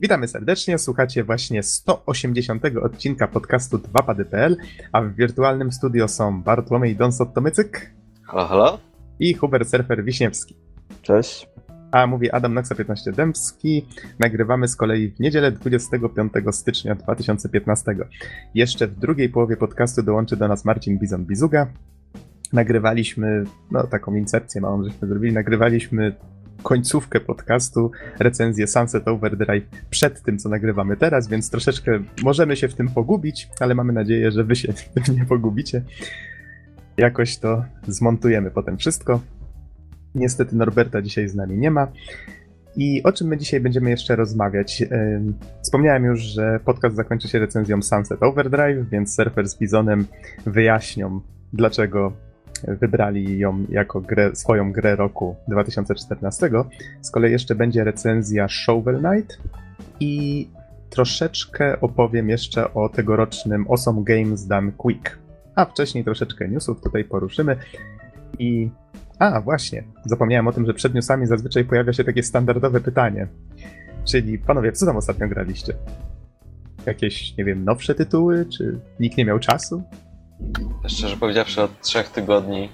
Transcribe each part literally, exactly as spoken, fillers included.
Witamy serdecznie, słuchacie właśnie sto osiemdziesiątego odcinka podcastu dwa pady kropka p l, a w wirtualnym studio są Bartłomiej Donsot-Tomycyk. Halo, halo. I Hubert Surfer Wiśniewski. Cześć. A mówi Adam Noxa piętnaście Dębski. Nagrywamy z kolei w niedzielę dwudziestego piątego stycznia dwa tysiące piętnastego. Jeszcze w drugiej połowie podcastu dołączy do nas Marcin Bizon-Bizuga. Nagrywaliśmy, no taką incepcję małą żeśmy zrobili, nagrywaliśmy końcówkę podcastu, recenzję Sunset Overdrive przed tym, co nagrywamy teraz, więc troszeczkę możemy się w tym pogubić, ale mamy nadzieję, że wy się w tym nie pogubicie. Jakoś to zmontujemy potem wszystko. Niestety Norberta dzisiaj z nami nie ma. I o czym my dzisiaj będziemy jeszcze rozmawiać? Wspomniałem już, że podcast zakończy się recenzją Sunset Overdrive, więc Surfer z Bizonem wyjaśnią, dlaczego wybrali ją jako grę, swoją grę roku dwa tysiące czternastego. Z kolei jeszcze będzie recenzja Shovel Knight i troszeczkę opowiem jeszcze o tegorocznym Awesome Games Done Quick. A wcześniej troszeczkę newsów tutaj poruszymy. I... A, właśnie, zapomniałem o tym, że przed newsami zazwyczaj pojawia się takie standardowe pytanie. Czyli, panowie, co tam ostatnio graliście? Jakieś, nie wiem, nowsze tytuły? Czy nikt nie miał czasu? Szczerze powiedziawszy, od trzech tygodni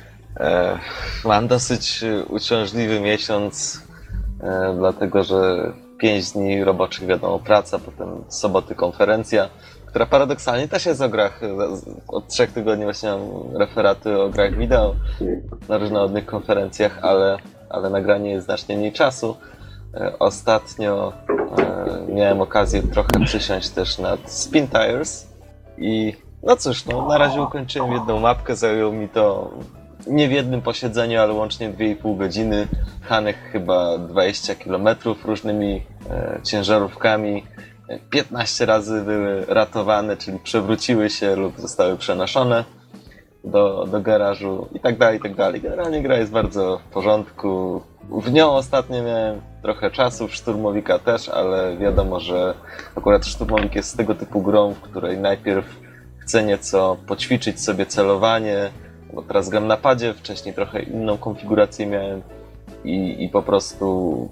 e, mam dosyć uciążliwy miesiąc, e, dlatego że pięć dni roboczych, wiadomo, praca, potem soboty konferencja, która paradoksalnie też jest o grach. Od trzech tygodni właśnie mam referaty o grach wideo na różnorodnych konferencjach, ale, ale nagranie jest znacznie mniej czasu. E, ostatnio e, miałem okazję trochę przysiąść też nad Spin Tires i no cóż, no na razie ukończyłem jedną mapkę, zajęło mi to nie w jednym posiedzeniu, ale łącznie dwie i pół godziny. Hanek chyba dwadzieścia kilometrów różnymi e, ciężarówkami. piętnaście razy były ratowane, czyli przewróciły się lub zostały przenoszone do, do garażu i tak dalej, i tak dalej. Generalnie gra jest bardzo w porządku. W nią ostatnio miałem trochę czasu, w Szturmowika też, ale wiadomo, że akurat Szturmowik jest z tego typu grą, w której najpierw chcę nieco poćwiczyć sobie celowanie, bo teraz gram na padzie, wcześniej trochę inną konfigurację miałem i, i po prostu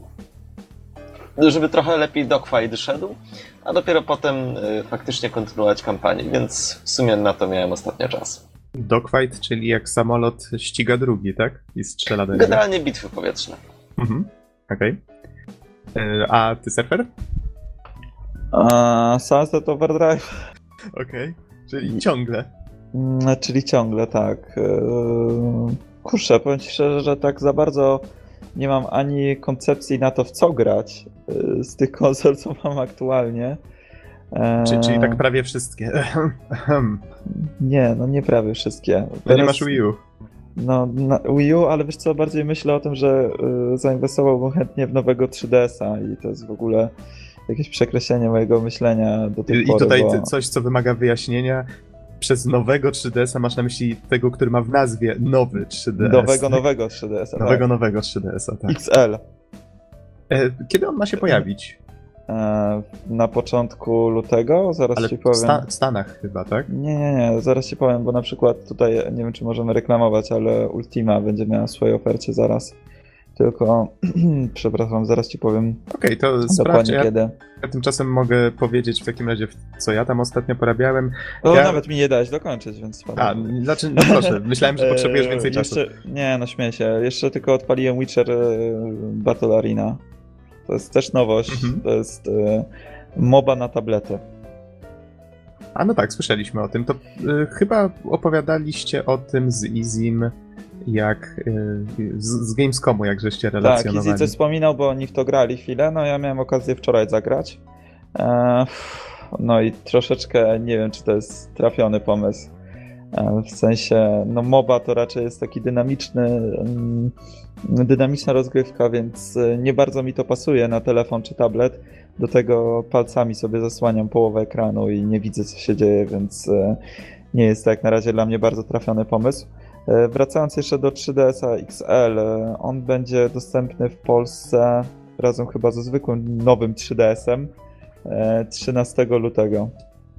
żeby trochę lepiej dogfight szedł, a dopiero potem y, faktycznie kontynuować kampanię, więc w sumie na to miałem ostatnio czas. Dogfight, czyli jak samolot ściga drugi, tak? I strzela do niego. Generalnie bitwy powietrzne. Mhm, okej. Okay. A ty, Surfer? Uh, Sunset Overdrive. Okej. Okay. Czyli ciągle. Mm, czyli ciągle, tak. Yy, kurczę, powiem ci szczerze, że tak za bardzo nie mam ani koncepcji na to, w co grać yy, z tych konsol, co mam aktualnie. Yy, Czy, czyli tak prawie wszystkie. nie, no nie prawie wszystkie. To Teraz, nie masz Wii U. No, na Wii U, ale wiesz co, bardziej myślę o tym, że yy, zainwestowałbym chętnie w nowego trzy D S a i to jest w ogóle jakieś przekreślenie mojego myślenia do tej I, pory. I tutaj bo... coś, co wymaga wyjaśnienia. Przez nowego trzy D S a masz na myśli tego, który ma w nazwie nowy trzy D S. Nowego, nowego trzy D S a. Nowego, tak. nowego trzy D S a, tak. X L. Kiedy on ma się pojawić? E, na początku lutego, zaraz Ale ci w, powiem. Sta- w Stanach chyba, tak? Nie, nie, nie, zaraz ci powiem, bo na przykład tutaj, nie wiem czy możemy reklamować, ale Ultima będzie miała w swojej ofercie zaraz. Tylko, przepraszam, zaraz ci powiem Okej, okay, to sprawdź. dokładnie Ja, kiedy. ja tymczasem mogę powiedzieć w takim razie, co ja tam ostatnio porabiałem. O, ja... nawet mi nie dałeś dokończyć, więc... A, znaczy, no proszę, myślałem, że potrzebujesz więcej eee, czasu. Jeszcze, nie, no śmieję się. Jeszcze tylko odpaliłem Witcher Battle Arena. To jest też nowość, mhm. To jest e, MOBA na tablety. A no tak, słyszeliśmy o tym. To y, chyba opowiadaliście o tym z Izim, jak y, z, z Gamescomu, jak żeście relacjonowali. Tak, Izzy coś wspominał, bo oni w to grali chwilę, no ja miałem okazję wczoraj zagrać. E, no i troszeczkę nie wiem, czy to jest trafiony pomysł. E, w sensie, no MOBA to raczej jest taki dynamiczny, mm, dynamiczna rozgrywka, więc nie bardzo mi to pasuje na telefon czy tablet. Do tego palcami sobie zasłaniam połowę ekranu i nie widzę, co się dzieje, więc nie jest to jak na razie dla mnie bardzo trafiony pomysł. Wracając jeszcze do trzy D S a X L, on będzie dostępny w Polsce razem chyba ze zwykłym nowym trzy D S em trzynastego lutego.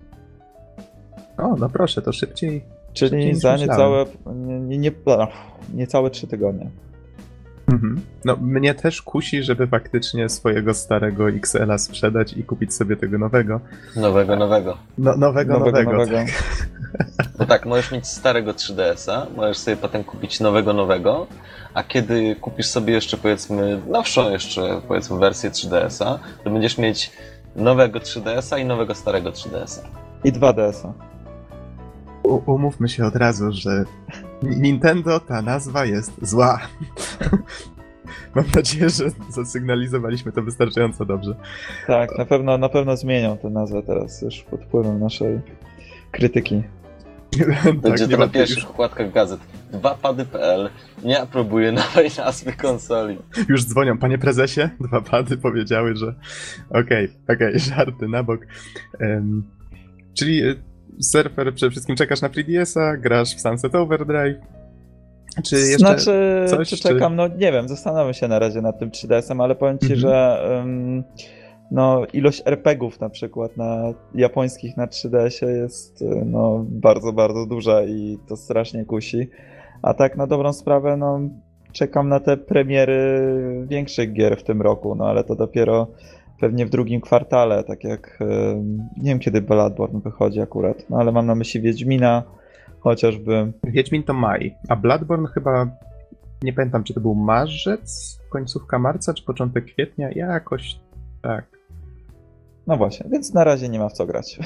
O, no proszę, to szybciej. Czyli szybciej za niecałe, nie, nie, nie, niecałe trzy tygodnie. Mhm. No, mnie też kusi, żeby faktycznie swojego starego X L a sprzedać i kupić sobie tego nowego. Nowego, nowego. No, nowego, nowego. nowego. Tak. Bo tak, możesz mieć starego trzy D S a, możesz sobie potem kupić nowego, nowego, a kiedy kupisz sobie jeszcze, powiedzmy, nowszą jeszcze, powiedzmy, wersję trzy D S a, to będziesz mieć nowego trzy D S a i nowego starego trzy D S a. I dwa D S a. U- umówmy się od razu, że Nintendo, ta nazwa jest zła. Mam nadzieję, że zasygnalizowaliśmy to wystarczająco dobrze. Tak, na pewno, na pewno zmienią tę nazwę teraz już pod wpływem naszej krytyki. Będzie tak, to na ma, pierwszych już, okładkach gazet. dwa pady kropka p l nie aprobuje nowej nazwy konsoli. Już dzwonią, panie prezesie, dwa pady powiedziały, że okej, okay, okej, okay, żarty na bok. Um, czyli Surfer, przede wszystkim czekasz na trzy D S a, grasz w Sunset Overdrive. Czy jeszcze znaczy, coś, czy czekam, czy... no nie wiem, zastanawiam się na razie nad tym trzy D S em, ale powiem ci, mhm. że um, no, ilość er pe gie ów na przykład na japońskich na trzy D S ie jest no, bardzo, bardzo duża i to strasznie kusi. A tak na dobrą sprawę, no czekam na te premiery większych gier w tym roku, no ale to dopiero pewnie w drugim kwartale, tak jak nie wiem kiedy Bloodborne wychodzi akurat, no ale mam na myśli Wiedźmina chociażby. Wiedźmin to maj, a Bloodborne chyba, nie pamiętam czy to był marzec, końcówka marca czy początek kwietnia, jakoś tak. No właśnie, więc na razie nie ma w co grać.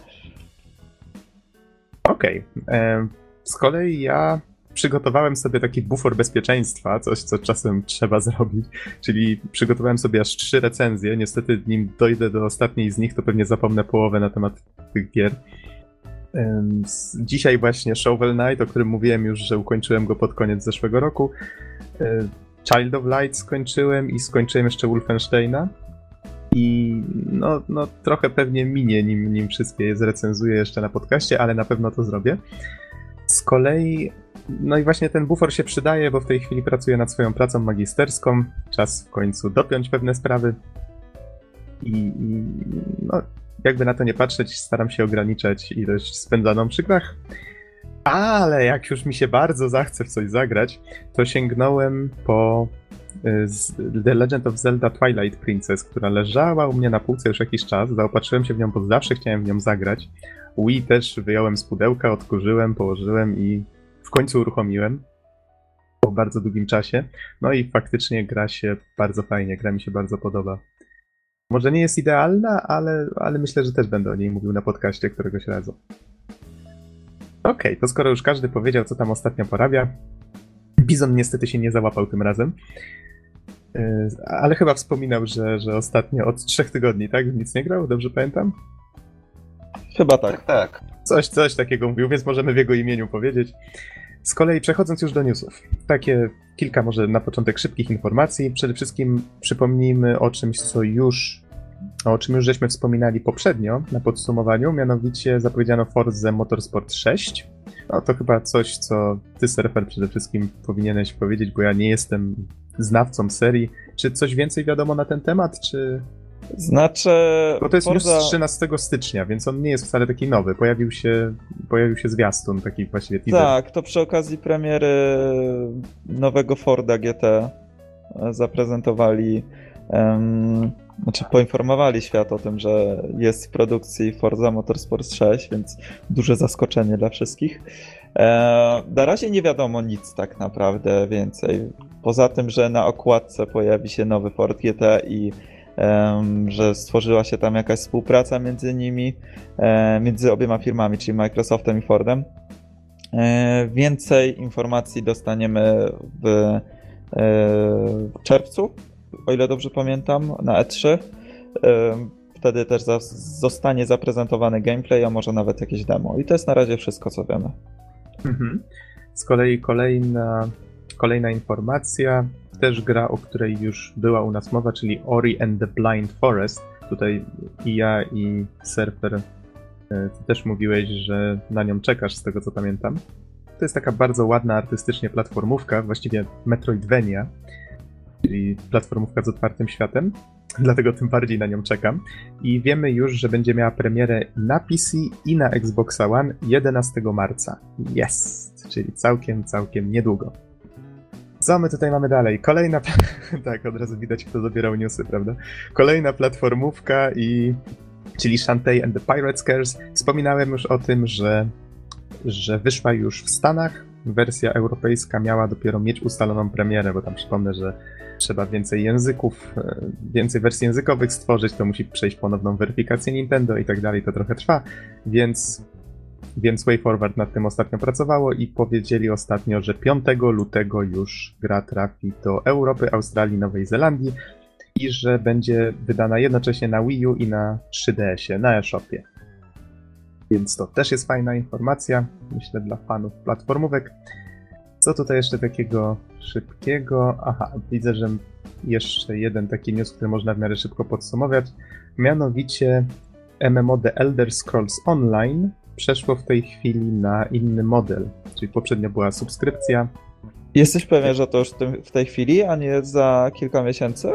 Okej. Okay. Z kolei ja przygotowałem sobie taki bufor bezpieczeństwa, coś co czasem trzeba zrobić, czyli przygotowałem sobie aż trzy recenzje. Niestety nim dojdę do ostatniej z nich, to pewnie zapomnę połowę na temat tych gier. Dzisiaj właśnie Shovel Knight, o którym mówiłem już, że ukończyłem go pod koniec zeszłego roku. Child of Light skończyłem i skończyłem jeszcze Wolfensteina. I no, no trochę pewnie minie, nim, nim wszystkie je zrecenzuję jeszcze na podcaście, ale na pewno to zrobię. Z kolei, no i właśnie ten bufor się przydaje, bo w tej chwili pracuję nad swoją pracą magisterską. Czas w końcu dopiąć pewne sprawy. I, i no, jakby na to nie patrzeć, staram się ograniczać ilość spędzaną przy grach. Ale jak już mi się bardzo zachce w coś zagrać, to sięgnąłem po The Legend of Zelda Twilight Princess, która leżała u mnie na półce już jakiś czas. Zaopatrzyłem się w nią, bo zawsze chciałem w nią zagrać. Wii też wyjąłem z pudełka, odkurzyłem, położyłem i w końcu uruchomiłem po bardzo długim czasie. No i faktycznie gra się bardzo fajnie, gra mi się bardzo podoba. Może nie jest idealna, ale, ale myślę, że też będę o niej mówił na podcaście któregoś razu. Okej, okay, to skoro już każdy powiedział, co tam ostatnio porabia, Bizon niestety się nie załapał tym razem, yy, ale chyba wspominał, że, że ostatnio od trzech tygodni, tak? Nic nie grał, dobrze pamiętam? Chyba tak. Tak, tak. Coś, coś takiego mówił, więc możemy w jego imieniu powiedzieć. Z kolei przechodząc już do newsów, takie kilka może na początek szybkich informacji. Przede wszystkim przypomnijmy o czymś, co już, o czym już żeśmy wspominali poprzednio na podsumowaniu, mianowicie zapowiedziano Forza Motorsport sześć. No to chyba coś, co ty, Surfer, przede wszystkim powinieneś powiedzieć, bo ja nie jestem znawcą serii. Czy coś więcej wiadomo na ten temat, czy... Znaczy... Bo to jest Forza... już z trzynastego stycznia, więc on nie jest wcale taki nowy. Pojawił się, pojawił się zwiastun, taki właściwie teaser. Tak, to przy okazji premiery nowego Forda G T zaprezentowali, um, znaczy poinformowali świat o tym, że jest w produkcji Forza Motorsport sześć, więc duże zaskoczenie dla wszystkich. E, na razie nie wiadomo nic tak naprawdę więcej. Poza tym, że na okładce pojawi się nowy Ford G T i Um, że stworzyła się tam jakaś współpraca między nimi, e, między obiema firmami, czyli Microsoftem i Fordem. E, więcej informacji dostaniemy w, e, w czerwcu, o ile dobrze pamiętam, na E trzy. E, wtedy też za, zostanie zaprezentowany gameplay, a może nawet jakieś demo. I to jest na razie wszystko, co wiemy. Mhm. Z kolei kolejna, kolejna informacja. Też gra, o której już była u nas mowa, czyli Ori and the Blind Forest. Tutaj i ja, i Surfer, ty też mówiłeś, że na nią czekasz, z tego co pamiętam. To jest taka bardzo ładna artystycznie platformówka, właściwie Metroidvania, czyli platformówka z otwartym światem, dlatego tym bardziej na nią czekam. I wiemy już, że będzie miała premierę na P C i na Xboxa One jedenastego marca. Jest! Czyli całkiem, całkiem niedługo. Co my tutaj mamy dalej? Kolejna... tak, od razu widać, kto dobierał newsy, prawda? Kolejna platformówka i... czyli Shantae and the Pirate Curse. Wspominałem już o tym, że, że wyszła już w Stanach. Wersja europejska miała dopiero mieć ustaloną premierę, bo tam przypomnę, że trzeba więcej języków, więcej wersji językowych stworzyć, to musi przejść ponowną weryfikację Nintendo i tak dalej, to trochę trwa, więc, więc WayForward nad tym ostatnio pracowało i powiedzieli ostatnio, że piątego lutego już gra trafi do Europy, Australii, Nowej Zelandii i że będzie wydana jednocześnie na Wii U i na trzy D S ie, na eShopie. Więc to też jest fajna informacja, myślę, dla fanów platformówek. Co tutaj jeszcze takiego szybkiego? Aha, widzę, że jeszcze jeden taki news, który można w miarę szybko podsumować. Mianowicie M M O The Elder Scrolls Online przeszło w tej chwili na inny model. Czyli poprzednio była subskrypcja. Jesteś pewien, że to już w tej chwili, a nie za kilka miesięcy?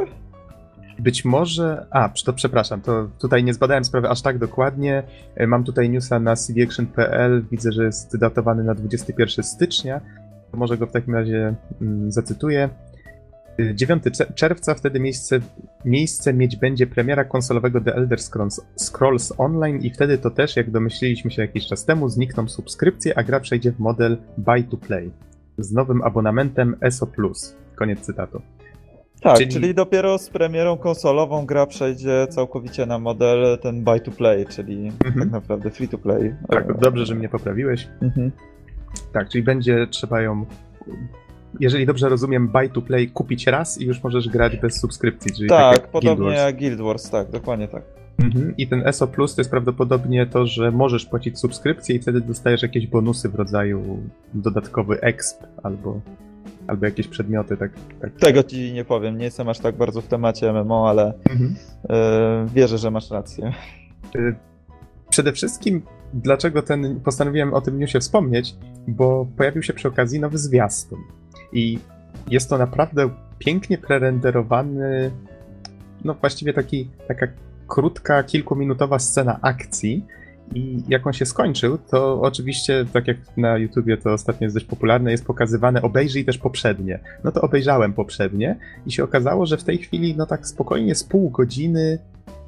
Być może... A, to przepraszam, to tutaj nie zbadałem sprawy aż tak dokładnie. Mam tutaj newsa na c d action kropka p l. Widzę, że jest datowany na dwudziestego pierwszego stycznia. Może go w takim razie mm, zacytuję. dziewiątego czerwca wtedy miejsce, miejsce mieć będzie premiera konsolowego The Elder Scrolls, Scrolls Online i wtedy to też, jak domyśliliśmy się jakiś czas temu, znikną subskrypcje, a gra przejdzie w model Buy to Play z nowym abonamentem E S O plus. Koniec cytatu. Tak, czyli... czyli dopiero z premierą konsolową gra przejdzie całkowicie na model ten Buy to Play, czyli mhm. tak naprawdę free to play. Tak, dobrze, że mnie poprawiłeś. Mhm. Tak, czyli będzie trzeba ją, jeżeli dobrze rozumiem, Buy to Play kupić raz i już możesz grać bez subskrypcji. Czyli tak, tak jak podobnie Guild Wars. jak Guild Wars, tak, dokładnie tak. Mhm. I ten E S O plus to jest prawdopodobnie to, że możesz płacić subskrypcję i wtedy dostajesz jakieś bonusy w rodzaju dodatkowy exp albo, albo jakieś przedmioty. Tak, tak. Tego ci nie powiem, nie jestem aż tak bardzo w temacie M M O, ale mhm. yy, wierzę, że masz rację. Yy, przede wszystkim dlaczego ten, postanowiłem o tym newsie wspomnieć, bo pojawił się przy okazji nowy zwiastun i jest to naprawdę pięknie prerenderowany, no właściwie taki, taka krótka, kilkuminutowa scena akcji i jak on się skończył, to oczywiście, tak jak na YouTubie to ostatnio jest dość popularne, jest pokazywane obejrzyj też poprzednie. No to obejrzałem poprzednie i się okazało, że w tej chwili no tak spokojnie z pół godziny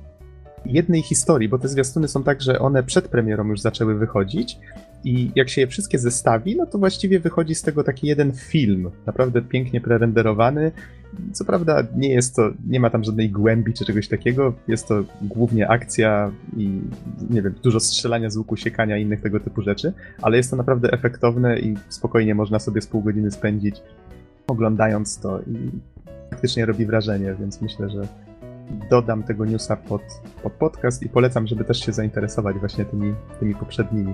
jednej historii, bo te zwiastuny są tak, że one przed premierą już zaczęły wychodzić i jak się je wszystkie zestawi, no to właściwie wychodzi z tego taki jeden film, naprawdę pięknie prerenderowany. Co prawda nie jest to, nie ma tam żadnej głębi czy czegoś takiego, jest to głównie akcja i nie wiem, dużo strzelania z łuku, siekania i innych tego typu rzeczy, ale jest to naprawdę efektowne i spokojnie można sobie z pół godziny spędzić oglądając to i faktycznie robi wrażenie, więc myślę, że dodam tego newsa pod, pod podcast i polecam, żeby też się zainteresować właśnie tymi, tymi poprzednimi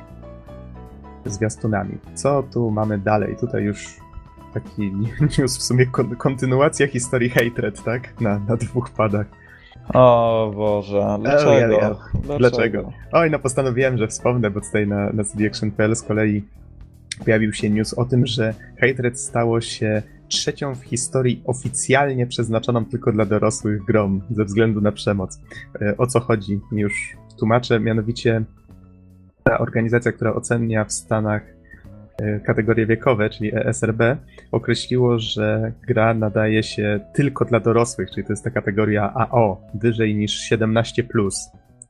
zwiastunami. Co tu mamy dalej? Tutaj już taki news w sumie kon- kontynuacja historii Hatred, tak? Na, na dwóch padach. O Boże, dlaczego? Oh, yeah, yeah. Dlaczego? Dlaczego? Oj, no postanowiłem, że wspomnę, bo tutaj na, na c d action kropka p l z kolei pojawił się news o tym, że Hatred stało się trzecią w historii oficjalnie przeznaczoną tylko dla dorosłych grą ze względu na przemoc. O co chodzi? Już tłumaczę, mianowicie ta organizacja, która ocenia w Stanach kategorie wiekowe, czyli E S R B, określiło, że gra nadaje się tylko dla dorosłych, czyli to jest ta kategoria A O, wyżej niż siedemnaście plus.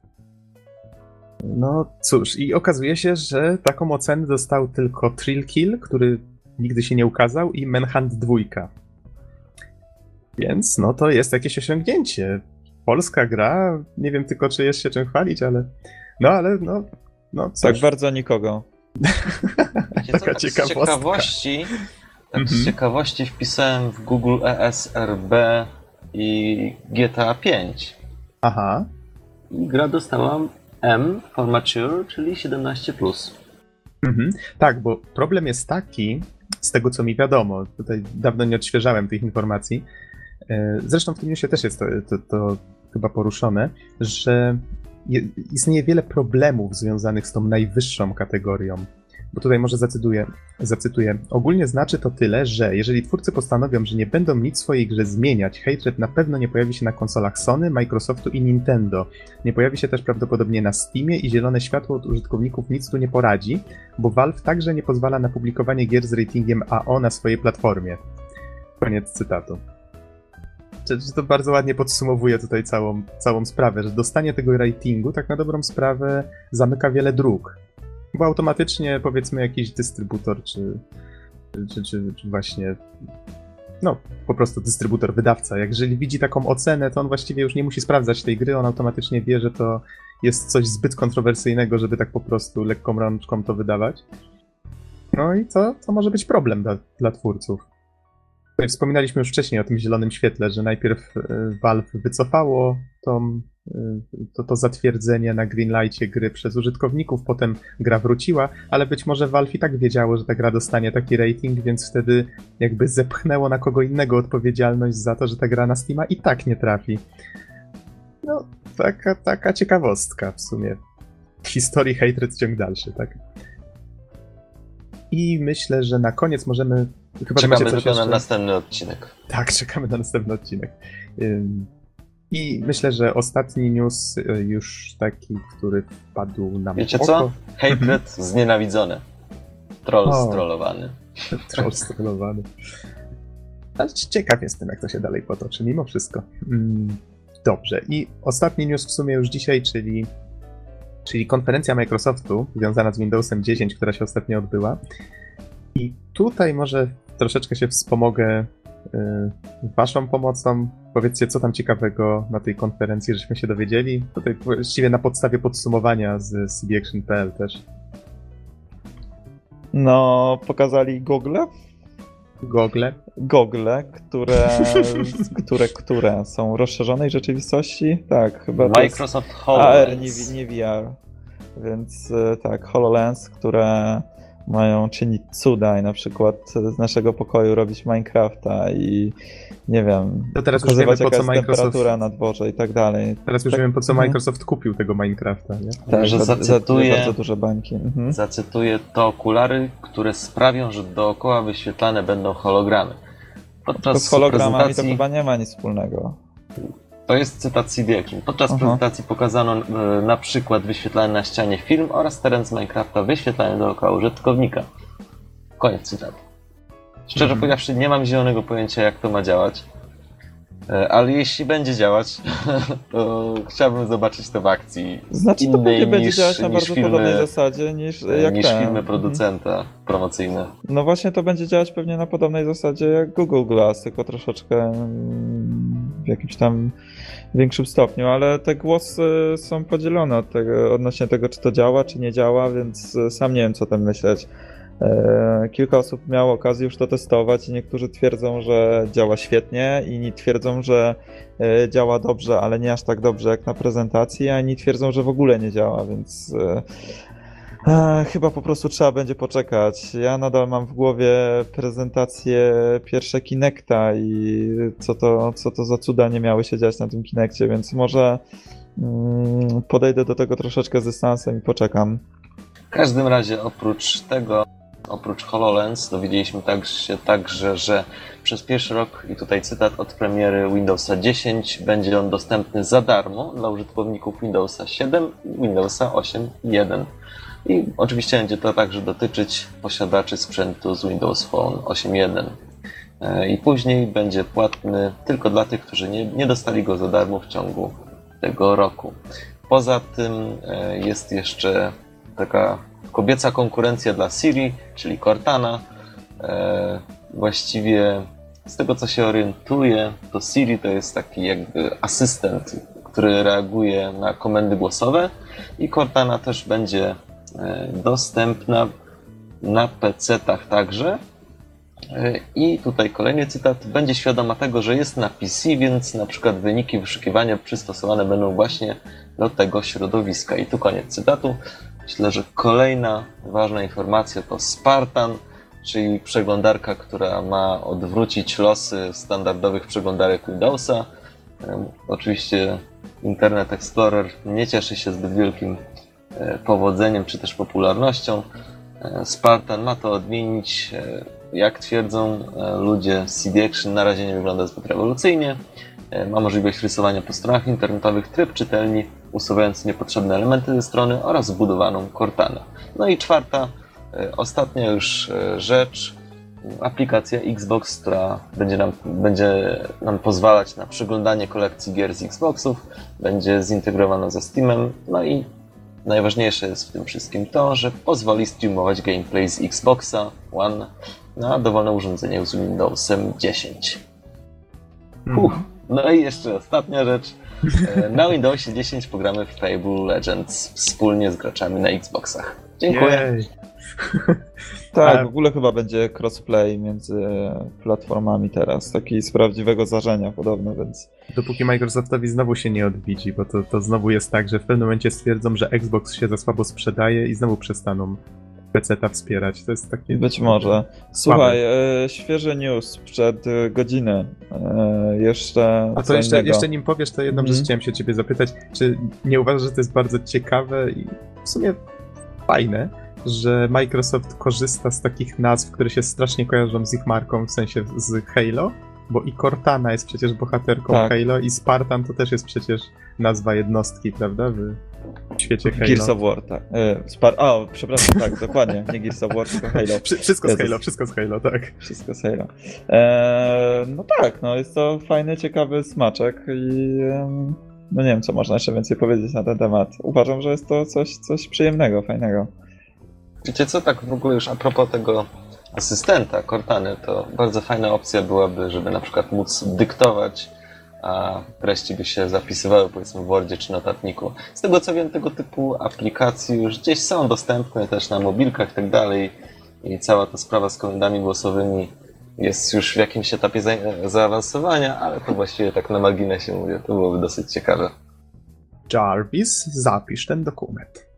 No cóż, i okazuje się, że taką ocenę dostał tylko Thrill Kill, który nigdy się nie ukazał, i Manhunt dwa. Więc no to jest jakieś osiągnięcie. Polska gra, nie wiem tylko, czy jest się czym chwalić, ale no ale no, no tak bardzo nikogo. Taka tak ciekawostka. Z ciekawości, tak mm-hmm. z ciekawości wpisałem w Google E S R B i G T A pięć. Aha. I gra dostała M for Mature, czyli siedemnaście plus. Mhm. Tak, bo problem jest taki, z tego co mi wiadomo, tutaj dawno nie odświeżałem tych informacji, zresztą w tym newsie też jest to, to, to chyba poruszone, że je, istnieje wiele problemów związanych z tą najwyższą kategorią. Bo tutaj może zacytuję, zacytuję. Ogólnie znaczy to tyle, że jeżeli twórcy postanowią, że nie będą nic w swojej grze zmieniać, Hatred na pewno nie pojawi się na konsolach Sony, Microsoftu i Nintendo. Nie pojawi się też prawdopodobnie na Steamie i zielone światło od użytkowników nic tu nie poradzi, bo Valve także nie pozwala na publikowanie gier z ratingiem A O na swojej platformie. Koniec cytatu. To bardzo ładnie podsumowuje tutaj całą, całą sprawę, że dostanie tego ratingu tak na dobrą sprawę zamyka wiele dróg. Bo automatycznie powiedzmy jakiś dystrybutor, czy, czy, czy, czy właśnie no po prostu dystrybutor, wydawca, jeżeli widzi taką ocenę, to on właściwie już nie musi sprawdzać tej gry, on automatycznie wie, że to jest coś zbyt kontrowersyjnego, żeby tak po prostu lekką rączką to wydawać. No i to, to może być problem dla, dla twórców. Tutaj wspominaliśmy już wcześniej o tym zielonym świetle, że najpierw Valve wycofało tą, to, to zatwierdzenie na greenlightie gry przez użytkowników, potem gra wróciła, ale być może Valve i tak wiedziało, że ta gra dostanie taki rating, więc wtedy jakby zepchnęło na kogo innego odpowiedzialność za to, że ta gra na Steama i tak nie trafi. No, taka, taka ciekawostka w sumie. W historii Hatred ciąg dalszy, tak? I myślę, że na koniec możemy... Chyba czekamy coś tylko jeszcze... na następny odcinek. Tak, czekamy na następny odcinek. I myślę, że ostatni news już taki, który wpadł nam Wiecie w oko. co? Hatred Mhm. znienawidzony. Troll O. strollowany. Troll strollowany. Ale ciekaw jestem, jak to się dalej potoczy, mimo wszystko. Mm, dobrze. I ostatni news w sumie już dzisiaj, czyli, czyli konferencja Microsoftu związana z Windowsem dziesięć, która się ostatnio odbyła. I tutaj może troszeczkę się wspomogę y, waszą pomocą. Powiedzcie, co tam ciekawego na tej konferencji, żeśmy się dowiedzieli. Tutaj właściwie na podstawie podsumowania z C D Action kropka p l też. No, pokazali Google. Google. Google, które, które, które są rozszerzonej rzeczywistości. Tak, chyba to jest Microsoft A R, nie, HoloLens. nie V R. Więc e, tak, HoloLens, które mają czynić cuda i na przykład z naszego pokoju robić Minecrafta i nie wiem, To teraz już pokazywać wiemy, po jaka co jest Microsoft- temperatura na dworze i tak dalej. Teraz już Tak, wiem, po co mhm. Microsoft kupił tego Minecrafta, nie? Tak, że za, za, zacytuję- bardzo duże bańki. Mhm. Zacytuję, to okulary, które sprawią, że dookoła wyświetlane będą hologramy. To Podczas z hologramami to prezentacji, chyba nie ma nic wspólnego. to jest cytat C D Action. Podczas Aha. prezentacji pokazano e, na przykład wyświetlany na ścianie film oraz teren z Minecrafta wyświetlany dookoła użytkownika. Koniec cytatu. Szczerze Mhm. powiedziawszy, nie mam zielonego pojęcia, jak to ma działać. E, Ale jeśli będzie działać, to chciałbym zobaczyć to w akcji Znaczy to innej pewnie będzie niż, działać na niż bardzo filmy, podobnej zasadzie niż jak niż te. filmy Mhm. producenta promocyjne. No właśnie to będzie działać pewnie na podobnej zasadzie jak Google Glass, tylko troszeczkę mm, w jakimś tam większym stopniu, ale te głosy są podzielone od tego, odnośnie tego, czy to działa, czy nie działa, więc e, sam nie wiem, co tam myśleć. E, Kilka osób miało okazję już to testować i niektórzy twierdzą, że działa świetnie, inni twierdzą, że e, działa dobrze, ale nie aż tak dobrze jak na prezentacji, a inni twierdzą, że w ogóle nie działa, więc e, e, chyba po prostu trzeba będzie poczekać. Ja nadal mam w głowie prezentację pierwsze Kinecta i co to, co to za cuda nie miały się dziać na tym Kinectie, więc może mm, podejdę do tego troszeczkę z dystansem i poczekam. W każdym razie oprócz tego, oprócz HoloLens dowiedzieliśmy się także, że przez pierwszy rok, i tutaj cytat od premiery Windowsa dziesięć, będzie on dostępny za darmo dla użytkowników Windowsa siedem i Windowsa osiem jeden. I oczywiście będzie to także dotyczyć posiadaczy sprzętu z Windows Phone osiem jeden. I później będzie płatny tylko dla tych, którzy nie, nie dostali go za darmo w ciągu tego roku. Poza tym jest jeszcze taka kobieca konkurencja dla Siri, czyli Cortana. E, właściwie z tego, co się orientuję, to Siri to jest taki jakby asystent, który reaguje na komendy głosowe i Cortana też będzie e, dostępna na pecetach także. E, I tutaj kolejny cytat. Będzie świadoma tego, że jest na P C, więc na przykład wyniki wyszukiwania przystosowane będą właśnie do tego środowiska. I tu koniec cytatu. Myślę, że kolejna ważna informacja to Spartan, czyli przeglądarka, która ma odwrócić losy standardowych przeglądarek Windowsa. Oczywiście Internet Explorer nie cieszy się zbyt wielkim powodzeniem czy też popularnością. Spartan ma to odmienić. Jak twierdzą ludzie z C D Action, na razie nie wygląda zbyt rewolucyjnie. Ma możliwość rysowania po stronach internetowych, tryb czytelni, usuwając niepotrzebne elementy ze strony oraz wbudowaną Cortanę. No i czwarta, ostatnia już rzecz, aplikacja Xbox, która będzie nam, będzie nam pozwalać na przeglądanie kolekcji gier z Xboxów, będzie zintegrowana ze Steamem, no i najważniejsze jest w tym wszystkim to, że pozwoli streamować gameplay z Xboxa One na dowolne urządzenie z Windowsem dziesięć. Uff. No i jeszcze ostatnia rzecz. Na Windowsie dziesięć pogramy w Fable Legends wspólnie z graczami na Xboxach. Dziękuję. Jej. Tak, A... w ogóle chyba będzie crossplay między platformami teraz, taki z prawdziwego zdarzenia podobno, więc... Dopóki Microsoftowi znowu się nie odbidzi, bo to, to znowu jest tak, że w pewnym momencie stwierdzą, że Xbox się za słabo sprzedaje i znowu przestaną peceta wspierać. To jest takie... Być może. Słuchaj, e, świeży news sprzed godziny. E, jeszcze A to jeszcze, jeszcze nim powiesz, to jedną Mhm. rzecz chciałem się ciebie zapytać. Czy nie uważasz, że to jest bardzo ciekawe i w sumie fajne, że Microsoft korzysta z takich nazw, które się strasznie kojarzą z ich marką, w sensie z Halo? Bo i Cortana jest przecież bohaterką Tak. Halo i Spartan to też jest przecież nazwa jednostki, prawda? W świecie Halo. Gears of War, tak. E, Spar- o, przepraszam, tak, dokładnie. Nie Gears of War, tylko Halo. Wszy- Wszystko z Jezus. Halo, wszystko z Halo, tak. Wszystko z Halo. E, no tak, no jest to fajny, ciekawy smaczek i em, no nie wiem, co można jeszcze więcej powiedzieć na ten temat. Uważam, że jest to coś, coś przyjemnego, fajnego. Wiecie co, tak w ogóle już a propos tego asystenta Cortany, to bardzo fajna opcja byłaby, żeby na przykład móc dyktować, a treści by się zapisywały powiedzmy w Wordzie czy notatniku. Z tego co wiem, tego typu aplikacje już gdzieś są dostępne też na mobilkach i tak dalej i cała ta sprawa z komendami głosowymi jest już w jakimś etapie za- zaawansowania, ale to właściwie tak na marginesie mówię, to byłoby dosyć ciekawe. Jarvis, zapisz ten dokument.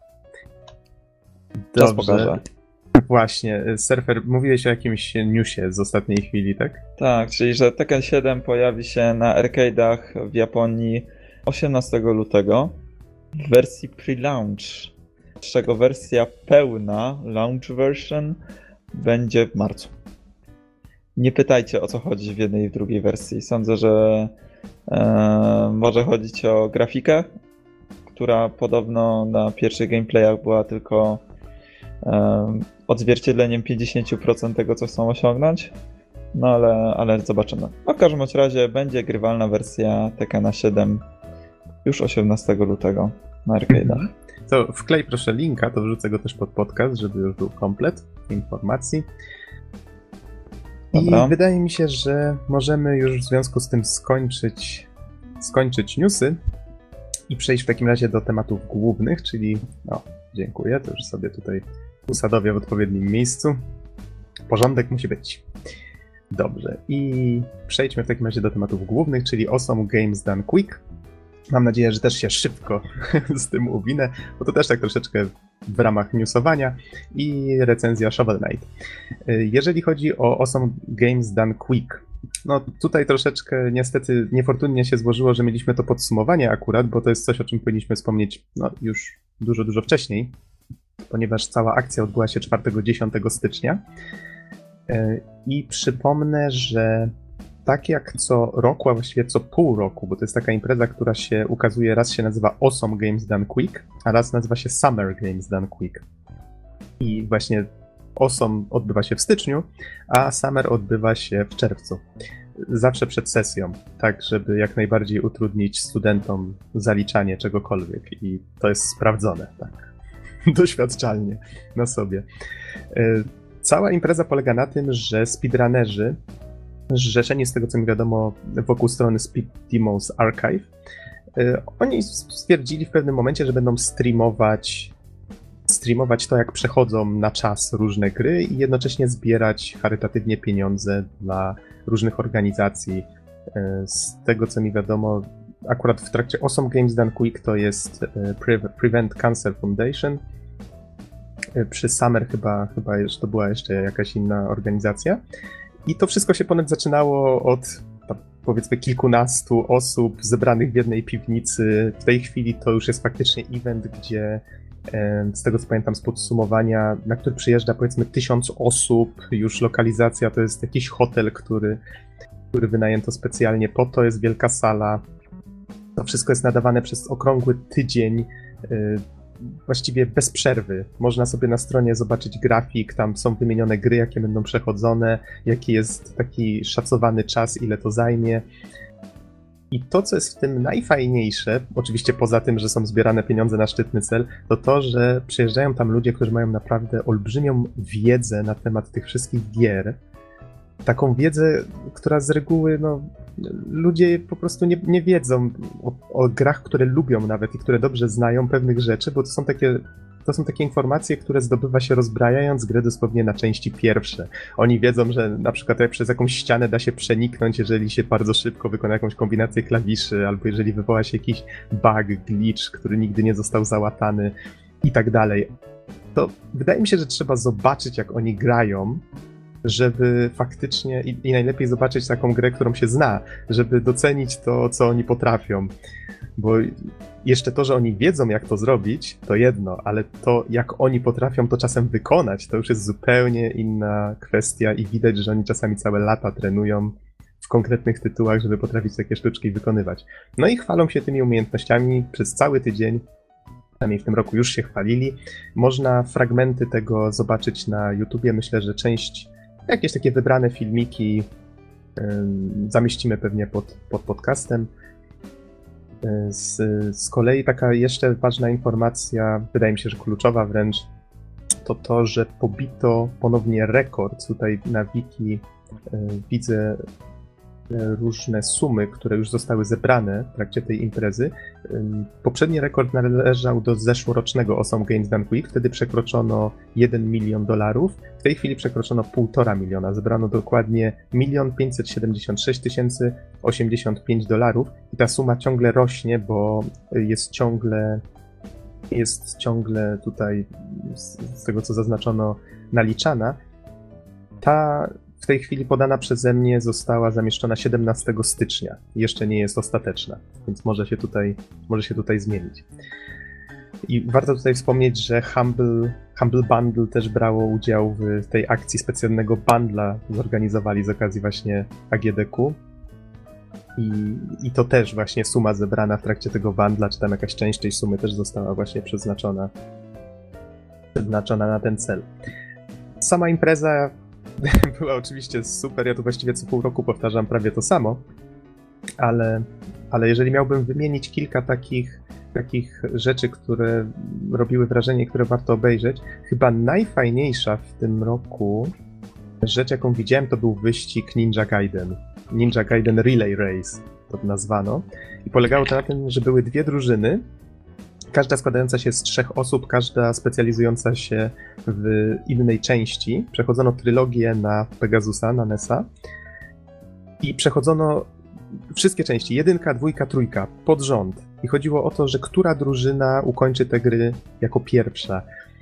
Czas pokaże. Właśnie, Surfer, mówiłeś o jakimś newsie z ostatniej chwili, tak? Tak, czyli że Tekken siedem pojawi się na arcade'ach w Japonii osiemnastego lutego w wersji pre-launch, z czego wersja pełna, launch version, będzie w marcu. Nie pytajcie, o co chodzi w jednej i w drugiej wersji. Sądzę, że e, może chodzić o grafikę, która podobno na pierwszych gameplayach była tylko e, odzwierciedleniem pięćdziesiąt procent tego, co chcą osiągnąć. No ale, ale zobaczymy. No w każdym bądź razie będzie grywalna wersja Tekkena siedem już osiemnastego lutego na arcade'ach. To wklej proszę linka, to wrzucę go też pod podcast, żeby już był komplet informacji. I Dobra. wydaje mi się, że możemy już w związku z tym skończyć, skończyć newsy i przejść w takim razie do tematów głównych, czyli no, dziękuję, to już sobie tutaj usadowię w odpowiednim miejscu. Porządek musi być. Dobrze, i przejdźmy w takim razie do tematów głównych, czyli Awesome Games Done Quick. Mam nadzieję, że też się szybko z tym uwinę, bo to też tak troszeczkę w ramach newsowania i recenzja Shovel Knight. Jeżeli chodzi o Awesome Games Done Quick, no tutaj troszeczkę niestety niefortunnie się złożyło, że mieliśmy to podsumowanie akurat, bo to jest coś, o czym powinniśmy wspomnieć no, już dużo, dużo wcześniej, ponieważ cała akcja odbyła się czwartego do dziesiątego stycznia. I przypomnę, że tak jak co roku, a właściwie co pół roku, bo to jest taka impreza, która się ukazuje, raz się nazywa Awesome Games Done Quick, a raz nazywa się Summer Games Done Quick. I właśnie Awesome odbywa się w styczniu, a Summer odbywa się w czerwcu. Zawsze przed sesją, tak żeby jak najbardziej utrudnić studentom zaliczanie czegokolwiek. I to jest sprawdzone, tak, doświadczalnie na sobie. Cała impreza polega na tym, że speedrunnerzy, zrzeszeni z tego co mi wiadomo wokół strony Speed Demos Archive, oni stwierdzili w pewnym momencie, że będą streamować streamować to, jak przechodzą na czas różne gry i jednocześnie zbierać charytatywnie pieniądze dla różnych organizacji. Z tego co mi wiadomo, akurat w trakcie Awesome Games Done Quick to jest Pre- Prevent Cancer Foundation. Przy Summer chyba, chyba to była jeszcze jakaś inna organizacja. I to wszystko się ponoć zaczynało od tam, powiedzmy kilkunastu osób zebranych w jednej piwnicy. W tej chwili to już jest faktycznie event, gdzie z tego co pamiętam z podsumowania, na który przyjeżdża powiedzmy tysiąc osób. Już lokalizacja to jest jakiś hotel, który, który wynajęto specjalnie po to. Jest wielka sala. To wszystko jest nadawane przez okrągły tydzień. właściwie bez przerwy. Można sobie na stronie zobaczyć grafik, tam są wymienione gry, jakie będą przechodzone, jaki jest taki szacowany czas, ile to zajmie. I to, co jest w tym najfajniejsze, oczywiście poza tym, że są zbierane pieniądze na szczytny cel, to to, że przyjeżdżają tam ludzie, którzy mają naprawdę olbrzymią wiedzę na temat tych wszystkich gier. Taką wiedzę, która z reguły, no, ludzie po prostu nie, nie wiedzą o, o grach, które lubią nawet i które dobrze znają pewnych rzeczy, bo to są takie To są takie informacje, które zdobywa się rozbrajając grę dosłownie na części pierwsze. Oni wiedzą, że na przykład jak przez jakąś ścianę da się przeniknąć, jeżeli się bardzo szybko wykona jakąś kombinację klawiszy, albo jeżeli wywoła się jakiś bug, glitch, który nigdy nie został załatany i tak dalej. To wydaje mi się, że trzeba zobaczyć, jak oni grają, żeby faktycznie, i, i najlepiej zobaczyć taką grę, którą się zna, żeby docenić to, co oni potrafią. Bo jeszcze to, że oni wiedzą, jak to zrobić, to jedno, ale to, jak oni potrafią to czasem wykonać, to już jest zupełnie inna kwestia i widać, że oni czasami całe lata trenują w konkretnych tytułach, żeby potrafić takie sztuczki wykonywać. No i chwalą się tymi umiejętnościami przez cały tydzień. Przynajmniej w tym roku już się chwalili. Można fragmenty tego zobaczyć na YouTubie. Myślę, że część, jakieś takie wybrane filmiki yy, zamieścimy pewnie pod, pod podcastem. Z, z kolei taka jeszcze ważna informacja, wydaje mi się, że kluczowa wręcz, to to, że pobito ponownie rekord. Tutaj na wiki y, widzę y, różne sumy, które już zostały zebrane w trakcie tej imprezy. Y, poprzedni rekord należał do zeszłorocznego Awesome Games Done Quick, wtedy przekroczono jeden milion dolarów, w tej chwili przekroczono półtora miliona, zebrano dokładnie milion pięćset siedemdziesiąt sześć tysięcy osiemdziesiąt pięć dolarów i ta suma ciągle rośnie, bo jest ciągle jest ciągle tutaj z, z tego, co zaznaczono, naliczana. Ta w tej chwili podana przeze mnie została zamieszczona siedemnastego stycznia. Jeszcze nie jest ostateczna, więc może się tutaj, może się tutaj zmienić. I warto tutaj wspomnieć, że Humble, Humble Bundle też brało udział w tej akcji specjalnego bundla, zorganizowali z okazji właśnie A G D Q. I, I to też właśnie suma zebrana w trakcie tego bundla, czy tam jakaś część tej sumy też została właśnie przeznaczona, przeznaczona na ten cel. Sama impreza była oczywiście super, ja tu właściwie co pół roku powtarzam prawie to samo, ale, ale jeżeli miałbym wymienić kilka takich, takich rzeczy, które robiły wrażenie, które warto obejrzeć, chyba najfajniejsza w tym roku rzecz, jaką widziałem, to był wyścig Ninja Gaiden. Ninja Gaiden Relay Race to nazwano. I polegało to na tym, że były dwie drużyny, każda składająca się z trzech osób, każda specjalizująca się w innej części. Przechodzono trylogię na Pegasusa, na N E S-a i przechodzono wszystkie części, jedynka, dwójka, trójka, pod rząd. I chodziło o to, że która drużyna ukończy te gry jako pierwsza.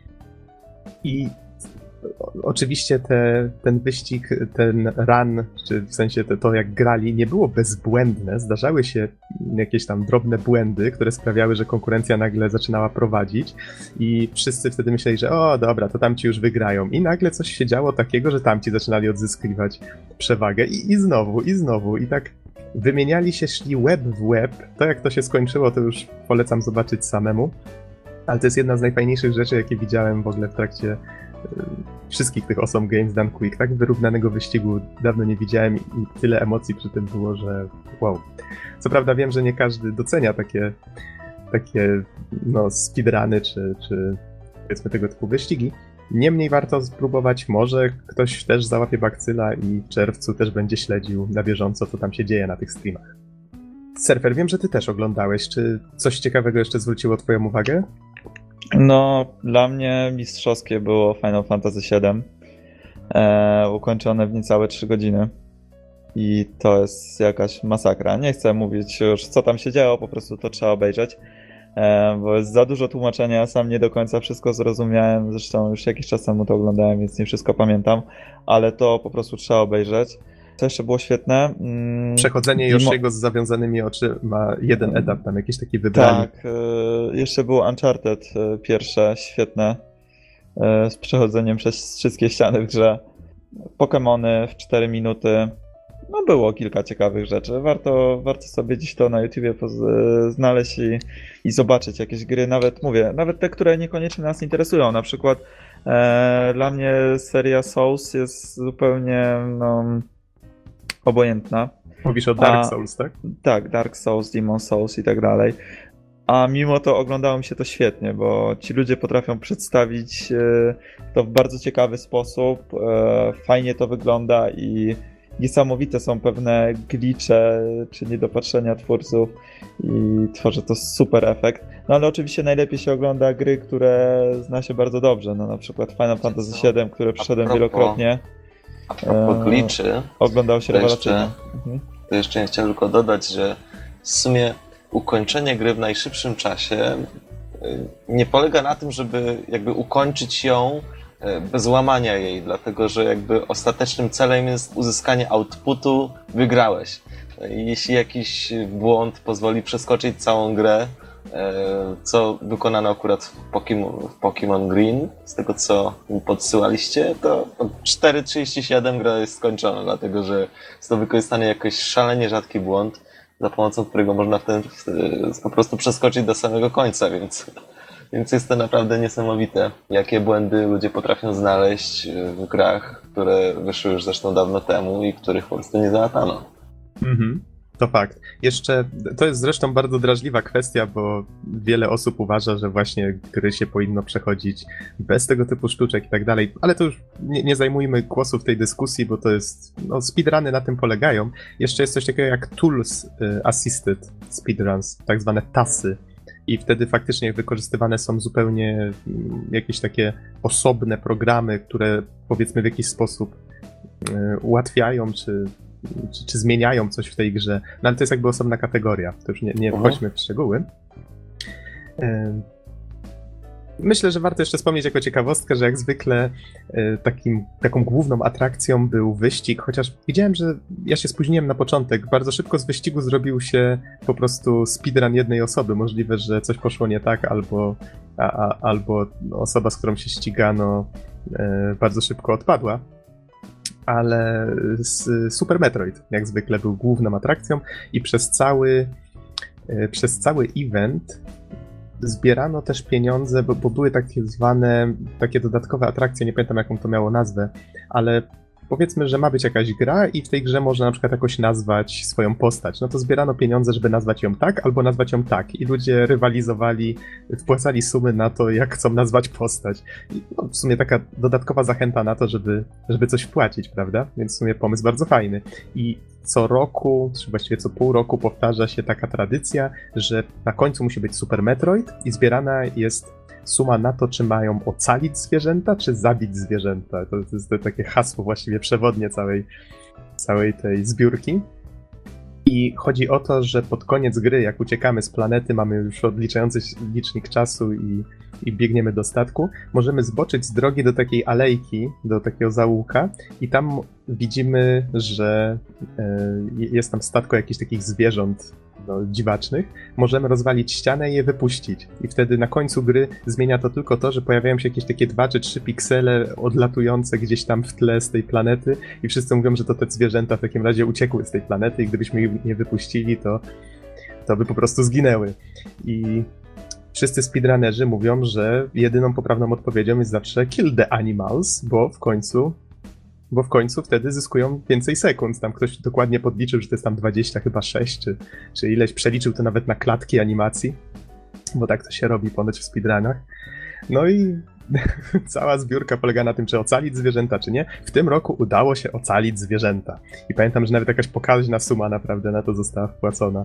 I oczywiście te, ten wyścig, ten run, czy w sensie to, to jak grali, nie było bezbłędne. Zdarzały się jakieś tam drobne błędy, które sprawiały, że konkurencja nagle zaczynała prowadzić i wszyscy wtedy myśleli, że o dobra, to tamci już wygrają. I nagle coś się działo takiego, że tamci zaczynali odzyskiwać przewagę i, i znowu, i znowu. I tak wymieniali się, szli łeb w łeb. To jak to się skończyło, to już polecam zobaczyć samemu. Ale to jest jedna z najfajniejszych rzeczy, jakie widziałem w ogóle w trakcie wszystkich tych Awesome Games Done Quick. Tak wyrównanego wyścigu dawno nie widziałem i tyle emocji przy tym było, że wow. Co prawda wiem, że nie każdy docenia takie, takie no, speedruny czy, czy powiedzmy tego typu wyścigi. Niemniej warto spróbować, może ktoś też załapie bakcyla i w czerwcu też będzie śledził na bieżąco, co tam się dzieje na tych streamach. Surfer, wiem, że ty też oglądałeś. Czy coś ciekawego jeszcze zwróciło twoją uwagę? No, dla mnie mistrzowskie było Final Fantasy siedem, e, ukończone w niecałe trzy godziny i to jest jakaś masakra. Nie chcę mówić już, co tam się działo, po prostu to trzeba obejrzeć, e, bo jest za dużo tłumaczenia, sam nie do końca wszystko zrozumiałem, zresztą już jakiś czas temu to oglądałem, więc nie wszystko pamiętam, ale to po prostu trzeba obejrzeć. Co jeszcze było świetne? Mm, Przechodzenie Yoshiego z zawiązanymi oczyma, jeden etap tam, jakiś taki wybrany. Tak, y, jeszcze było Uncharted y, pierwsze, świetne, y, z przechodzeniem przez wszystkie ściany w grze. Pokemony w cztery minuty, no było kilka ciekawych rzeczy. Warto, warto sobie gdzieś to na YouTubie poz- znaleźć i, i zobaczyć jakieś gry, nawet mówię, nawet te, które niekoniecznie nas interesują. Na przykład e, dla mnie seria Souls jest zupełnie no, obojętna. Mówisz o Dark A, Souls, tak? Tak, Dark Souls, Demon Souls i tak dalej. A mimo to oglądało mi się to świetnie, bo ci ludzie potrafią przedstawić to w bardzo ciekawy sposób, fajnie to wygląda i niesamowite są pewne glitche czy niedopatrzenia twórców i tworzy to super efekt. No ale oczywiście najlepiej się ogląda gry, które zna się bardzo dobrze, no na przykład Final Fantasy siedem, które przeszedłem propos, wielokrotnie. A propos glitchy, Oglądał się to rewelacyjnie. jeszcze, Mhm. to jeszcze chciałem tylko dodać, że w sumie ukończenie gry w najszybszym czasie nie polega na tym, żeby jakby ukończyć ją bez łamania jej, dlatego że jakby ostatecznym celem jest uzyskanie outputu, wygrałeś. I jeśli jakiś błąd pozwoli przeskoczyć całą grę, co wykonano akurat w Pokemon, w Pokemon Green, z tego co mi podsyłaliście, to cztery trzydzieści siedem gra jest skończona, dlatego że jest to wykorzystany jakoś szalenie rzadki błąd, za pomocą którego można wtedy, wtedy po prostu przeskoczyć do samego końca, więc, więc jest to naprawdę niesamowite, jakie błędy ludzie potrafią znaleźć w grach, które wyszły już zresztą dawno temu i których po prostu nie załatano. Mhm. To fakt. Jeszcze, to jest zresztą bardzo drażliwa kwestia, bo wiele osób uważa, że właśnie gry się powinno przechodzić bez tego typu sztuczek i tak dalej, ale to już nie, nie zajmujmy głosu w tej dyskusji, bo to jest, no speedruny na tym polegają. Jeszcze jest coś takiego jak Tools Assisted Speedruns, tak zwane tasy. I wtedy faktycznie wykorzystywane są zupełnie jakieś takie osobne programy, które powiedzmy w jakiś sposób ułatwiają, czy Czy, czy zmieniają coś w tej grze. No ale to jest jakby osobna kategoria. To już nie, nie wchodźmy w szczegóły. Myślę, że warto jeszcze wspomnieć jako ciekawostkę, że jak zwykle takim, taką główną atrakcją był wyścig, chociaż widziałem, że ja się spóźniłem na początek. Bardzo szybko z wyścigu zrobił się po prostu speedrun jednej osoby. Możliwe, że coś poszło nie tak, albo, a, a, albo osoba, z którą się ścigano, bardzo szybko odpadła. Ale Super Metroid jak zwykle był główną atrakcją i przez cały, przez cały event zbierano też pieniądze, bo, bo były takie zwane, takie dodatkowe atrakcje, nie pamiętam jaką to miało nazwę, ale powiedzmy, że ma być jakaś gra i w tej grze można na przykład jakoś nazwać swoją postać. No to zbierano pieniądze, żeby nazwać ją tak albo nazwać ją tak. I ludzie rywalizowali, wpłacali sumy na to, jak chcą nazwać postać. I no, w sumie taka dodatkowa zachęta na to, żeby, żeby coś wpłacić, prawda? Więc w sumie pomysł bardzo fajny. I co roku, czy właściwie co pół roku powtarza się taka tradycja, że na końcu musi być Super Metroid i zbierana jest suma na to, czy mają ocalić zwierzęta, czy zabić zwierzęta. To jest to takie hasło właściwie przewodnie całej, całej tej zbiórki. I chodzi o to, że pod koniec gry, jak uciekamy z planety, mamy już odliczający licznik czasu i, i biegniemy do statku, możemy zboczyć z drogi do takiej alejki, do takiego zaułka i tam widzimy, że y, jest tam statko jakichś takich zwierząt no, dziwacznych. Możemy rozwalić ścianę i je wypuścić. I wtedy na końcu gry zmienia to tylko to, że pojawiają się jakieś takie dwa czy trzy piksele odlatujące gdzieś tam w tle z tej planety i wszyscy mówią, że to te zwierzęta w takim razie uciekły z tej planety i gdybyśmy ich nie wypuścili, to, to by po prostu zginęły. I wszyscy speedrunnerzy mówią, że jedyną poprawną odpowiedzią jest zawsze kill the animals, bo w końcu bo w końcu wtedy zyskują więcej sekund. Tam ktoś dokładnie podliczył, że to jest tam dwadzieścia chyba sześć, czy, czy ileś, przeliczył to nawet na klatki animacji, bo tak to się robi ponoć w speedrunach. No i cała zbiórka polega na tym, czy ocalić zwierzęta, czy nie. W tym roku udało się ocalić zwierzęta. I pamiętam, że nawet jakaś pokaźna suma naprawdę na to została wpłacona.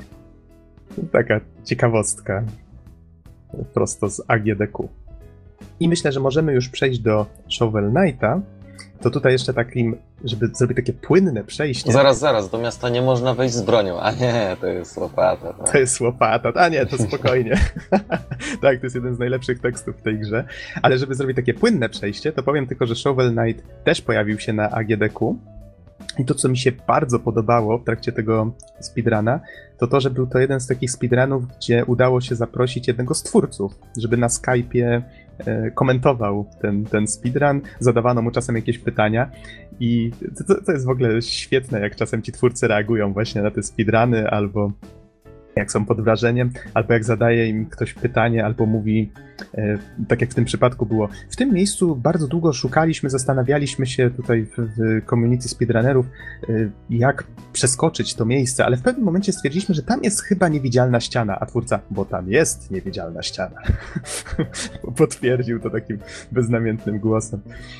Taka ciekawostka. Prosto z A G D Q. I myślę, że możemy już przejść do Shovel Knighta. To tutaj jeszcze takim, żeby zrobić takie płynne przejście. Zaraz, zaraz, do miasta nie można wejść z bronią. A nie, to jest łopata. Tak? To jest łopata. A nie, to spokojnie. Tak, to jest jeden z najlepszych tekstów w tej grze. Ale żeby zrobić takie płynne przejście, to powiem tylko, że Shovel Knight też pojawił się na A G D Q. I to, co mi się bardzo podobało w trakcie tego speedruna, to to, że był to jeden z takich speedrunów, gdzie udało się zaprosić jednego z twórców, żeby na Skype'ie komentował ten, ten speedrun, zadawano mu czasem jakieś pytania i to, to jest w ogóle świetne, jak czasem ci twórcy reagują właśnie na te speedruny, albo jak są pod wrażeniem, albo jak zadaje im ktoś pytanie, albo mówi, e, tak jak w tym przypadku było, w tym miejscu bardzo długo szukaliśmy, zastanawialiśmy się tutaj w, w community speedrunnerów, e, jak przeskoczyć to miejsce, ale w pewnym momencie stwierdziliśmy, że tam jest chyba niewidzialna ściana, a twórca, bo tam jest niewidzialna ściana. Potwierdził to takim beznamiętnym głosem.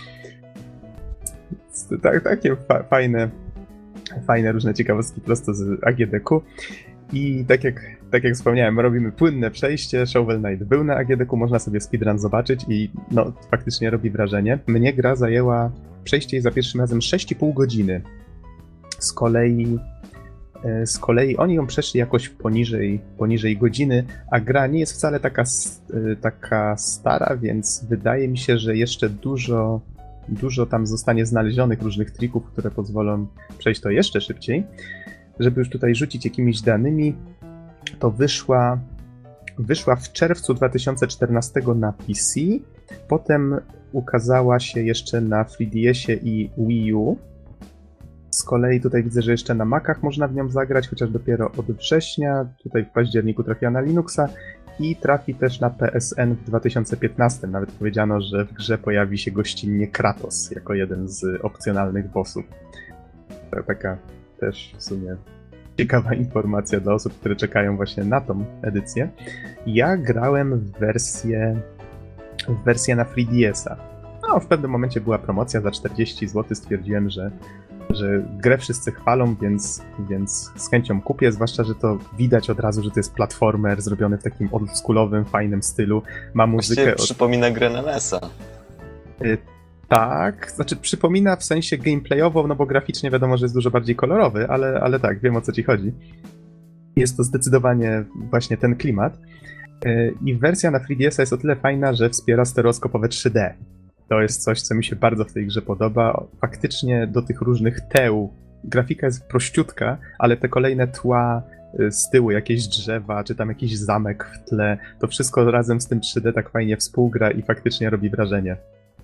Tak, takie fa- fajne, fajne różne ciekawostki prosto z A G D Q. I tak jak, tak jak wspomniałem, robimy płynne przejście. Shovel Knight był na A G D Q, można sobie speedrun zobaczyć i no faktycznie robi wrażenie. Mnie gra zajęła przejście jej za pierwszym razem sześć i pół godziny. Z kolei z kolei oni ją przeszli jakoś poniżej, poniżej godziny, a gra nie jest wcale taka, taka stara, więc wydaje mi się, że jeszcze dużo, dużo tam zostanie znalezionych różnych trików, które pozwolą przejść to jeszcze szybciej. Żeby już tutaj rzucić jakimiś danymi, to wyszła, wyszła w czerwcu dwa tysiące czternastego na P C, potem ukazała się jeszcze na trzy D S-ie i Wii U. Z kolei tutaj widzę, że jeszcze na Macach można w nią zagrać, chociaż dopiero od września. Tutaj w październiku trafiła na Linuxa i trafi też na P S N w dwa tysiące piętnastym. Nawet powiedziano, że w grze pojawi się gościnnie Kratos jako jeden z opcjonalnych bossów. To taka też w sumie ciekawa informacja dla osób, które czekają właśnie na tą edycję. Ja grałem w wersję, w wersję na trzy D S-a. No, w pewnym momencie była promocja za czterdzieści złotych. Stwierdziłem, że, że grę wszyscy chwalą, więc, więc z chęcią kupię, zwłaszcza, że to widać od razu, że to jest platformer zrobiony w takim oldschoolowym, fajnym stylu. Ma muzykę... Właściwie przypomina grę na N E S-a. Y- Tak, znaczy przypomina w sensie gameplayowo, no bo graficznie wiadomo, że jest dużo bardziej kolorowy, ale, ale tak, wiem o co ci chodzi. Jest to zdecydowanie właśnie ten klimat. I wersja na trzy D S-a jest o tyle fajna, że wspiera stereoskopowe trzy D. To jest coś, co mi się bardzo w tej grze podoba. Faktycznie do tych różnych teł grafika jest prościutka, ale te kolejne tła z tyłu, jakieś drzewa, czy tam jakiś zamek w tle, to wszystko razem z tym trzy D tak fajnie współgra i faktycznie robi wrażenie.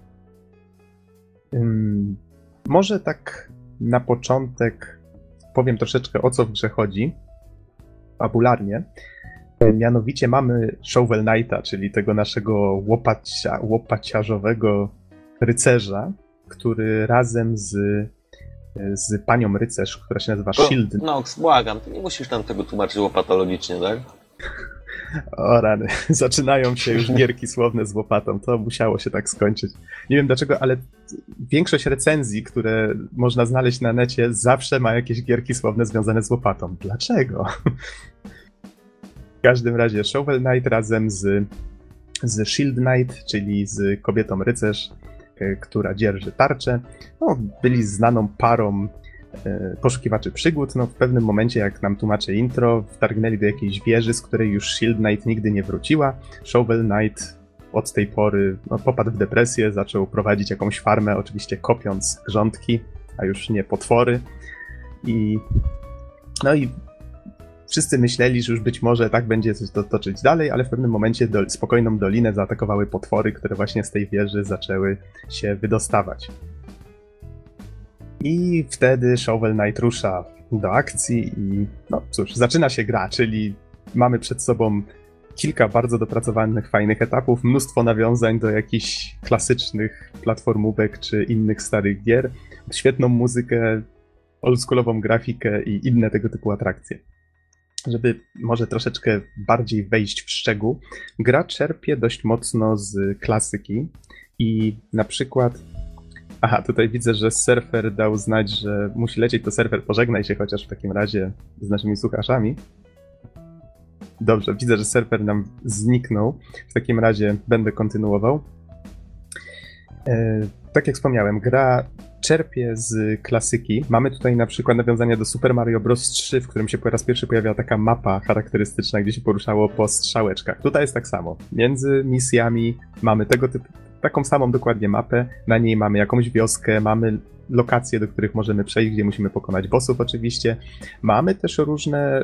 Hmm, może tak na początek powiem troszeczkę, o co w grze chodzi fabularnie. Mianowicie mamy Shovel Knighta, czyli tego naszego łopacia, łopaciarzowego rycerza, który razem z, z panią rycerz, która się nazywa Shield... Nox, błagam, ty nie musisz nam tego tłumaczyć łopatologicznie, tak? O rany, zaczynają się już gierki słowne z łopatą, to musiało się tak skończyć. Nie wiem dlaczego, ale większość recenzji, które można znaleźć na necie, zawsze ma jakieś gierki słowne związane z łopatą. Dlaczego? W każdym razie Shovel Knight razem z, z Shield Knight, czyli z kobietą rycerz, która dzierży tarczę, no, byli znaną parą poszukiwaczy przygód. No, w pewnym momencie, jak nam tłumaczy intro, wtargnęli do jakiejś wieży, z której już Shield Knight nigdy nie wróciła. Shovel Knight od tej pory no, popadł w depresję, zaczął prowadzić jakąś farmę, oczywiście kopiąc grządki, a już nie potwory. I no i wszyscy myśleli, że już być może tak będzie coś to toczyć dalej, ale w pewnym momencie do, spokojną dolinę zaatakowały potwory, które właśnie z tej wieży zaczęły się wydostawać. I wtedy Shovel Knight rusza do akcji i no cóż, zaczyna się gra, czyli mamy przed sobą kilka bardzo dopracowanych, fajnych etapów, mnóstwo nawiązań do jakichś klasycznych platformówek czy innych starych gier, świetną muzykę, oldschoolową grafikę i inne tego typu atrakcje. Żeby może troszeczkę bardziej wejść w szczegół, gra czerpie dość mocno z klasyki i na przykład aha, tutaj widzę, że surfer dał znać, że musi lecieć, to surfer pożegnaj się chociaż w takim razie z naszymi słuchaczami. Dobrze, widzę, że surfer nam zniknął. W takim razie będę kontynuował. E, tak jak wspomniałem, gra czerpie z klasyki. Mamy tutaj na przykład nawiązania do Super Mario Bros. trzy, w którym się po raz pierwszy pojawiała taka mapa charakterystyczna, gdzie się poruszało po strzałeczkach. Tutaj jest tak samo. Między misjami mamy tego typu taką samą dokładnie mapę, na niej mamy jakąś wioskę, mamy lokacje, do których możemy przejść, gdzie musimy pokonać bossów oczywiście. Mamy też różne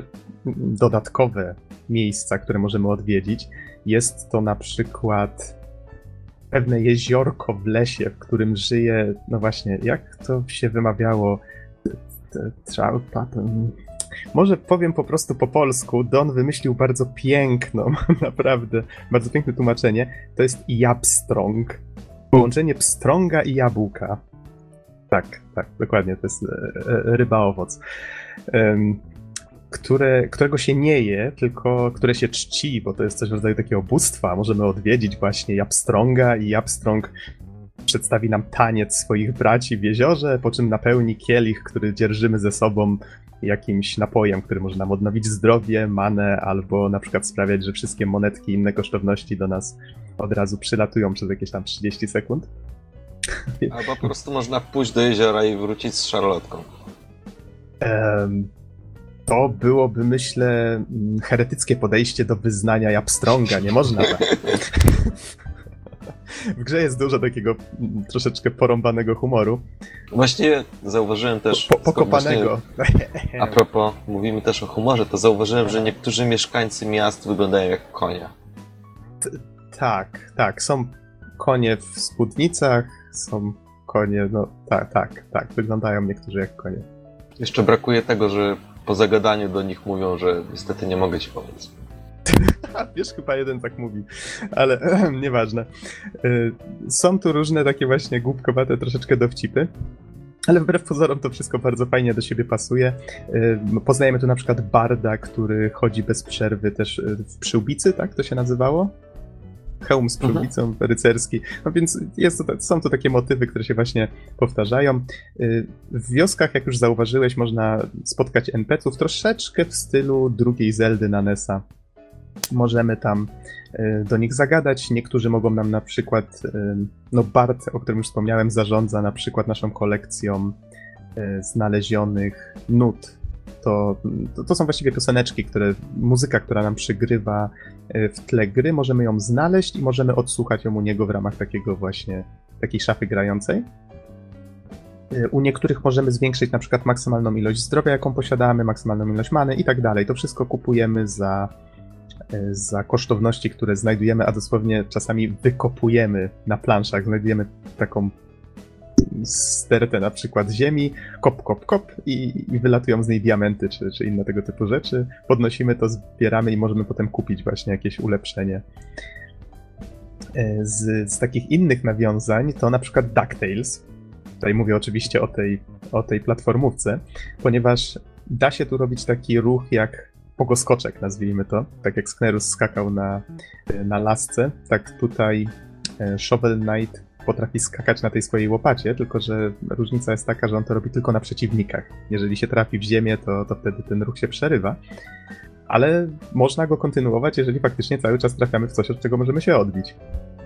dodatkowe miejsca, które możemy odwiedzić. Jest to na przykład pewne jeziorko w lesie, w którym żyje, no właśnie, jak to się wymawiało? Trout pattern. Może powiem po prostu po polsku. Don wymyślił bardzo piękną, naprawdę, bardzo piękne tłumaczenie. To jest jabstrąg. Połączenie pstrąga i jabłka. Tak, tak, dokładnie, to jest ryba-owoc. Um, które, którego się nie je, tylko które się czci, bo to jest coś w rodzaju takiego bóstwa. Możemy odwiedzić właśnie jabstrąga i jabstrąg przedstawi nam taniec swoich braci w jeziorze, po czym napełni kielich, który dzierżymy ze sobą jakimś napojem, który może nam odnowić zdrowie, manę, albo na przykład sprawiać, że wszystkie monetki i inne kosztowności do nas od razu przylatują przez jakieś tam trzydzieści sekund. Albo po prostu można pójść do jeziora i wrócić z szarlotką. Um, to byłoby, myślę, heretyckie podejście do wyznania jabstrąga. Nie można tak. W grze jest dużo takiego troszeczkę porąbanego humoru. Właśnie zauważyłem też... Po, pokopanego. Właśnie, a propos, mówimy też o humorze, to zauważyłem, że niektórzy mieszkańcy miast wyglądają jak konie. T- tak, tak. Są konie w spódnicach, są konie, no tak, tak, tak. Wyglądają niektórzy jak konie. Jeszcze brakuje tego, że po zagadaniu do nich mówią, że niestety nie mogę ci pomóc. Wiesz, chyba jeden tak mówi, ale nieważne. Są tu różne takie właśnie głupkowate troszeczkę dowcipy, ale wbrew pozorom to wszystko bardzo fajnie do siebie pasuje. Poznajemy tu na przykład barda, który chodzi bez przerwy też w przyłbicy, tak to się nazywało? Hełm z przyłbicą, mhm. rycerski. No więc jest to, są to takie motywy, które się właśnie powtarzają. W wioskach, jak już zauważyłeś, można spotkać en pe ce ów troszeczkę w stylu drugiej Zeldy na nesa. Możemy tam do nich zagadać. Niektórzy mogą nam na przykład, no Bard, o którym już wspomniałem, zarządza na przykład naszą kolekcją znalezionych nut. To, to, to są właściwie pioseneczki, które, muzyka, która nam przygrywa w tle gry. Możemy ją znaleźć i możemy odsłuchać ją u niego w ramach takiego właśnie, takiej szafy grającej. U niektórych możemy zwiększyć na przykład maksymalną ilość zdrowia, jaką posiadamy, maksymalną ilość many i tak dalej. To wszystko kupujemy za za kosztowności, które znajdujemy, a dosłownie czasami wykopujemy na planszach. Znajdujemy taką stertę na przykład ziemi, kop, kop, kop i, i wylatują z niej diamenty czy, czy inne tego typu rzeczy. Podnosimy to, zbieramy i możemy potem kupić właśnie jakieś ulepszenie. Z, z takich innych nawiązań to na przykład DuckTales. Tutaj mówię oczywiście o tej, o tej platformówce, ponieważ da się tu robić taki ruch jak pogoskoczek, nazwijmy to. Tak jak Sknerus skakał na, na lasce, tak tutaj Shovel Knight potrafi skakać na tej swojej łopacie, tylko że różnica jest taka, że on to robi tylko na przeciwnikach. Jeżeli się trafi w ziemię, to, to wtedy ten ruch się przerywa. Ale można go kontynuować, jeżeli faktycznie cały czas trafiamy w coś, od czego możemy się odbić.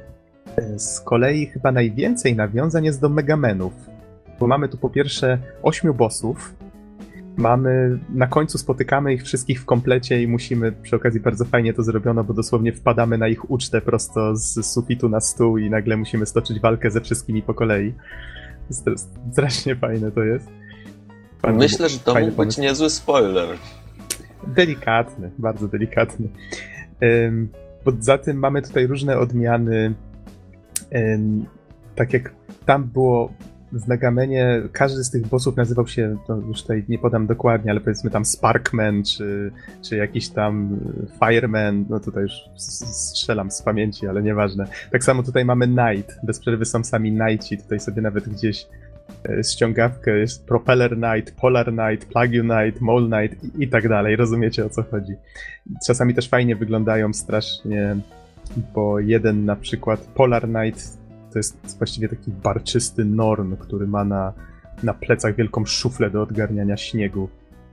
Z kolei chyba najwięcej nawiązań jest do Megamenów, bo mamy tu po pierwsze ośmiu bossów. Mamy, na końcu spotykamy ich wszystkich w komplecie i musimy, przy okazji bardzo fajnie to zrobiono, bo dosłownie wpadamy na ich ucztę prosto z sufitu na stół i nagle musimy stoczyć walkę ze wszystkimi po kolei. Strasznie fajne to jest. Fajny, Myślę, że to mógł pomysł. być niezły spoiler. Delikatny, bardzo delikatny. Um, poza tym mamy tutaj różne odmiany. Um, tak jak tam było w Megamenie, każdy z tych bossów nazywał się, to już tutaj nie podam dokładnie, ale powiedzmy tam Sparkman, czy, czy jakiś tam Fireman, no tutaj już strzelam z pamięci, ale nieważne. Tak samo tutaj mamy Knight, bez przerwy są sami Knighti, tutaj sobie nawet gdzieś ściągawkę jest Propeller Knight, Polar Knight, Plague Knight, Mole Knight i, i tak dalej, rozumiecie o co chodzi. Czasami też fajnie wyglądają strasznie, bo jeden na przykład Polar Knight to jest właściwie taki barczysty Norn, który ma na, na plecach wielką szuflę do odgarniania śniegu.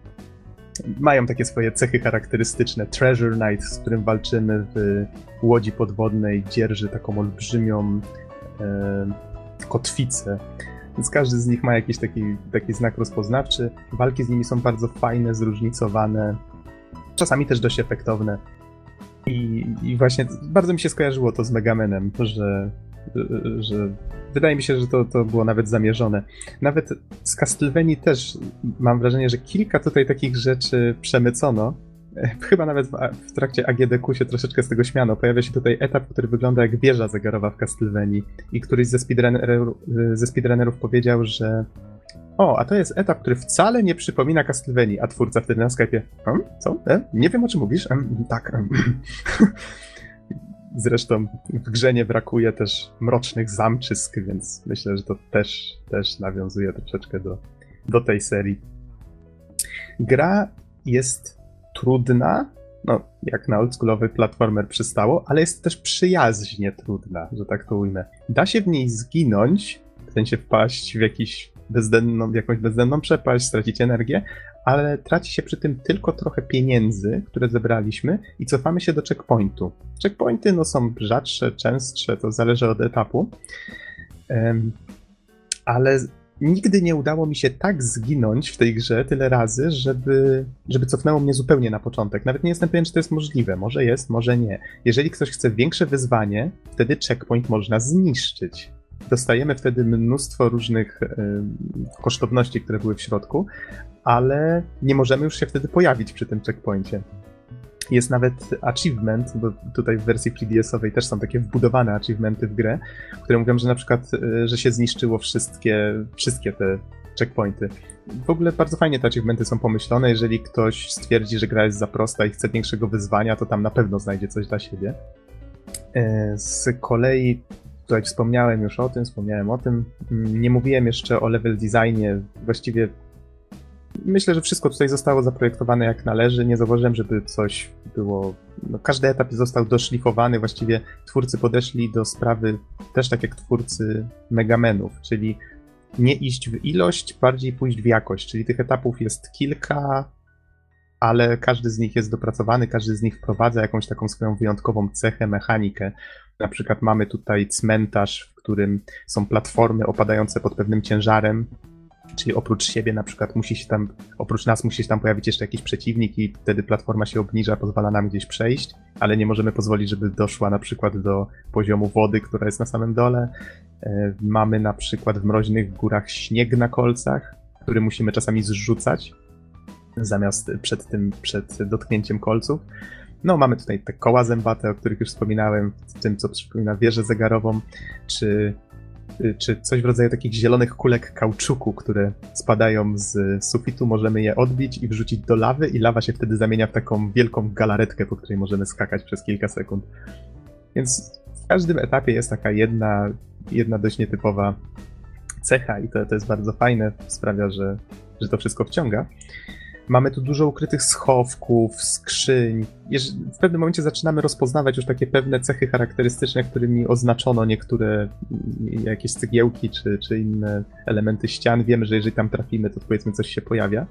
Mają takie swoje cechy charakterystyczne. Treasure Knight, z którym walczymy w łodzi podwodnej, dzierży taką olbrzymią e, kotwicę. Więc każdy z nich ma jakiś taki, taki znak rozpoznawczy. Walki z nimi są bardzo fajne, zróżnicowane, czasami też dość efektowne. I, i właśnie bardzo mi się skojarzyło to z Megamenem, że że wydaje mi się, że to, to było nawet zamierzone. Nawet z Castlevanii też mam wrażenie, że kilka tutaj takich rzeczy przemycono Chyba nawet w trakcie A G D Q się troszeczkę z tego śmiano. Pojawia się tutaj etap, który wygląda jak wieża zegarowa w Castlevanii i któryś ze speedrunnerów, ze speedrunnerów powiedział, że o, a to jest etap, który wcale nie przypomina Castlevanii, a twórca wtedy na Skype'ie hm? Co? E? Nie wiem, o czym mówisz? Ehm, tak. Em. Zresztą w grze nie brakuje też mrocznych zamczysk, więc myślę, że to też, też nawiązuje troszeczkę do, do tej serii. Gra jest trudna, no jak na oldschoolowy platformer przystało, ale jest też przyjaźnie trudna, że tak to ujmę. Da się w niej zginąć, w sensie wpaść w jakiś bezdenną, w jakąś bezdenną przepaść, stracić energię, ale traci się przy tym tylko trochę pieniędzy, które zebraliśmy i cofamy się do checkpointu. Checkpointy no, są rzadsze, częstsze, to zależy od etapu, um, ale nigdy nie udało mi się tak zginąć w tej grze tyle razy, żeby, żeby cofnęło mnie zupełnie na początek. Nawet nie jestem pewien, czy to jest możliwe. Może jest, może nie. Jeżeli ktoś chce większe wyzwanie, wtedy checkpoint można zniszczyć. Dostajemy wtedy mnóstwo różnych y, kosztowności, które były w środku, ale nie możemy już się wtedy pojawić przy tym checkpoincie. Jest nawet achievement, bo tutaj w wersji trzy D S-owej też są takie wbudowane achievementy w grę, które mówią, że na przykład, że się zniszczyło wszystkie, wszystkie te checkpointy. W ogóle bardzo fajnie te achievementy są pomyślone. Jeżeli ktoś stwierdzi, że gra jest za prosta i chce większego wyzwania, to tam na pewno znajdzie coś dla siebie. Z kolei tutaj wspomniałem już o tym, wspomniałem o tym. Nie mówiłem jeszcze o level designie. Właściwie myślę, że wszystko tutaj zostało zaprojektowane jak należy. Nie zauważyłem, żeby coś było... No, każdy etap został doszlifowany. Właściwie twórcy podeszli do sprawy też tak jak twórcy Megamenów, czyli nie iść w ilość, bardziej pójść w jakość. Czyli tych etapów jest kilka, ale każdy z nich jest dopracowany, każdy z nich wprowadza jakąś taką swoją wyjątkową cechę, mechanikę. Na przykład mamy tutaj cmentarz, w którym są platformy opadające pod pewnym ciężarem, czyli oprócz siebie na przykład musi się tam, oprócz nas musi się tam pojawić jeszcze jakiś przeciwnik i wtedy platforma się obniża, pozwala nam gdzieś przejść, ale nie możemy pozwolić, żeby doszła na przykład do poziomu wody, która jest na samym dole. Mamy na przykład w mroźnych górach śnieg na kolcach, który musimy czasami zrzucać zamiast przed tym, przed dotknięciem kolców. No, mamy tutaj te koła zębate, o których już wspominałem, w tym, co przypomina wieżę zegarową, czy, czy coś w rodzaju takich zielonych kulek kauczuku, które spadają z sufitu, możemy je odbić i wrzucić do lawy i lawa się wtedy zamienia w taką wielką galaretkę, po której możemy skakać przez kilka sekund. Więc w każdym etapie jest taka jedna, jedna dość nietypowa cecha i to, to jest bardzo fajne, sprawia, że, że to wszystko wciąga. Mamy tu dużo ukrytych schowków, skrzyń. W pewnym momencie zaczynamy rozpoznawać już takie pewne cechy charakterystyczne, którymi oznaczono niektóre jakieś cegiełki czy, czy inne elementy ścian. Wiemy, że jeżeli tam trafimy, to powiedzmy coś się pojawia.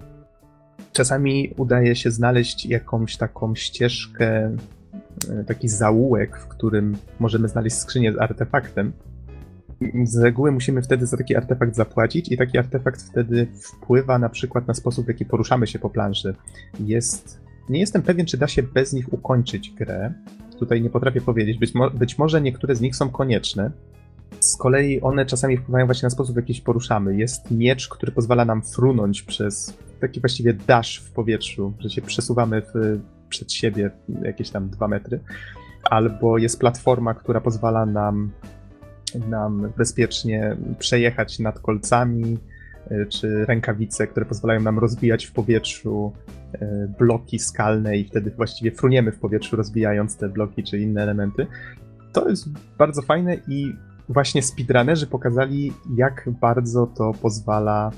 Czasami udaje się znaleźć jakąś taką ścieżkę, taki zaułek, w którym możemy znaleźć skrzynię z artefaktem. Z reguły musimy wtedy za taki artefakt zapłacić i taki artefakt wtedy wpływa na przykład na sposób, w jaki poruszamy się po planszy. Jest... Nie jestem pewien, czy da się bez nich ukończyć grę. Tutaj nie potrafię powiedzieć. Być, mo- być może niektóre z nich są konieczne. Z kolei one czasami wpływają właśnie na sposób, w jaki się poruszamy. Jest miecz, który pozwala nam frunąć przez taki właściwie dash w powietrzu, że się przesuwamy w, przed siebie jakieś tam dwa metry. Albo jest platforma, która pozwala nam nam bezpiecznie przejechać nad kolcami, czy rękawice, które pozwalają nam rozbijać w powietrzu bloki skalne i wtedy właściwie fruniemy w powietrzu, rozbijając te bloki czy inne elementy. To jest bardzo fajne i właśnie speedrunnerzy pokazali, jak bardzo to pozwala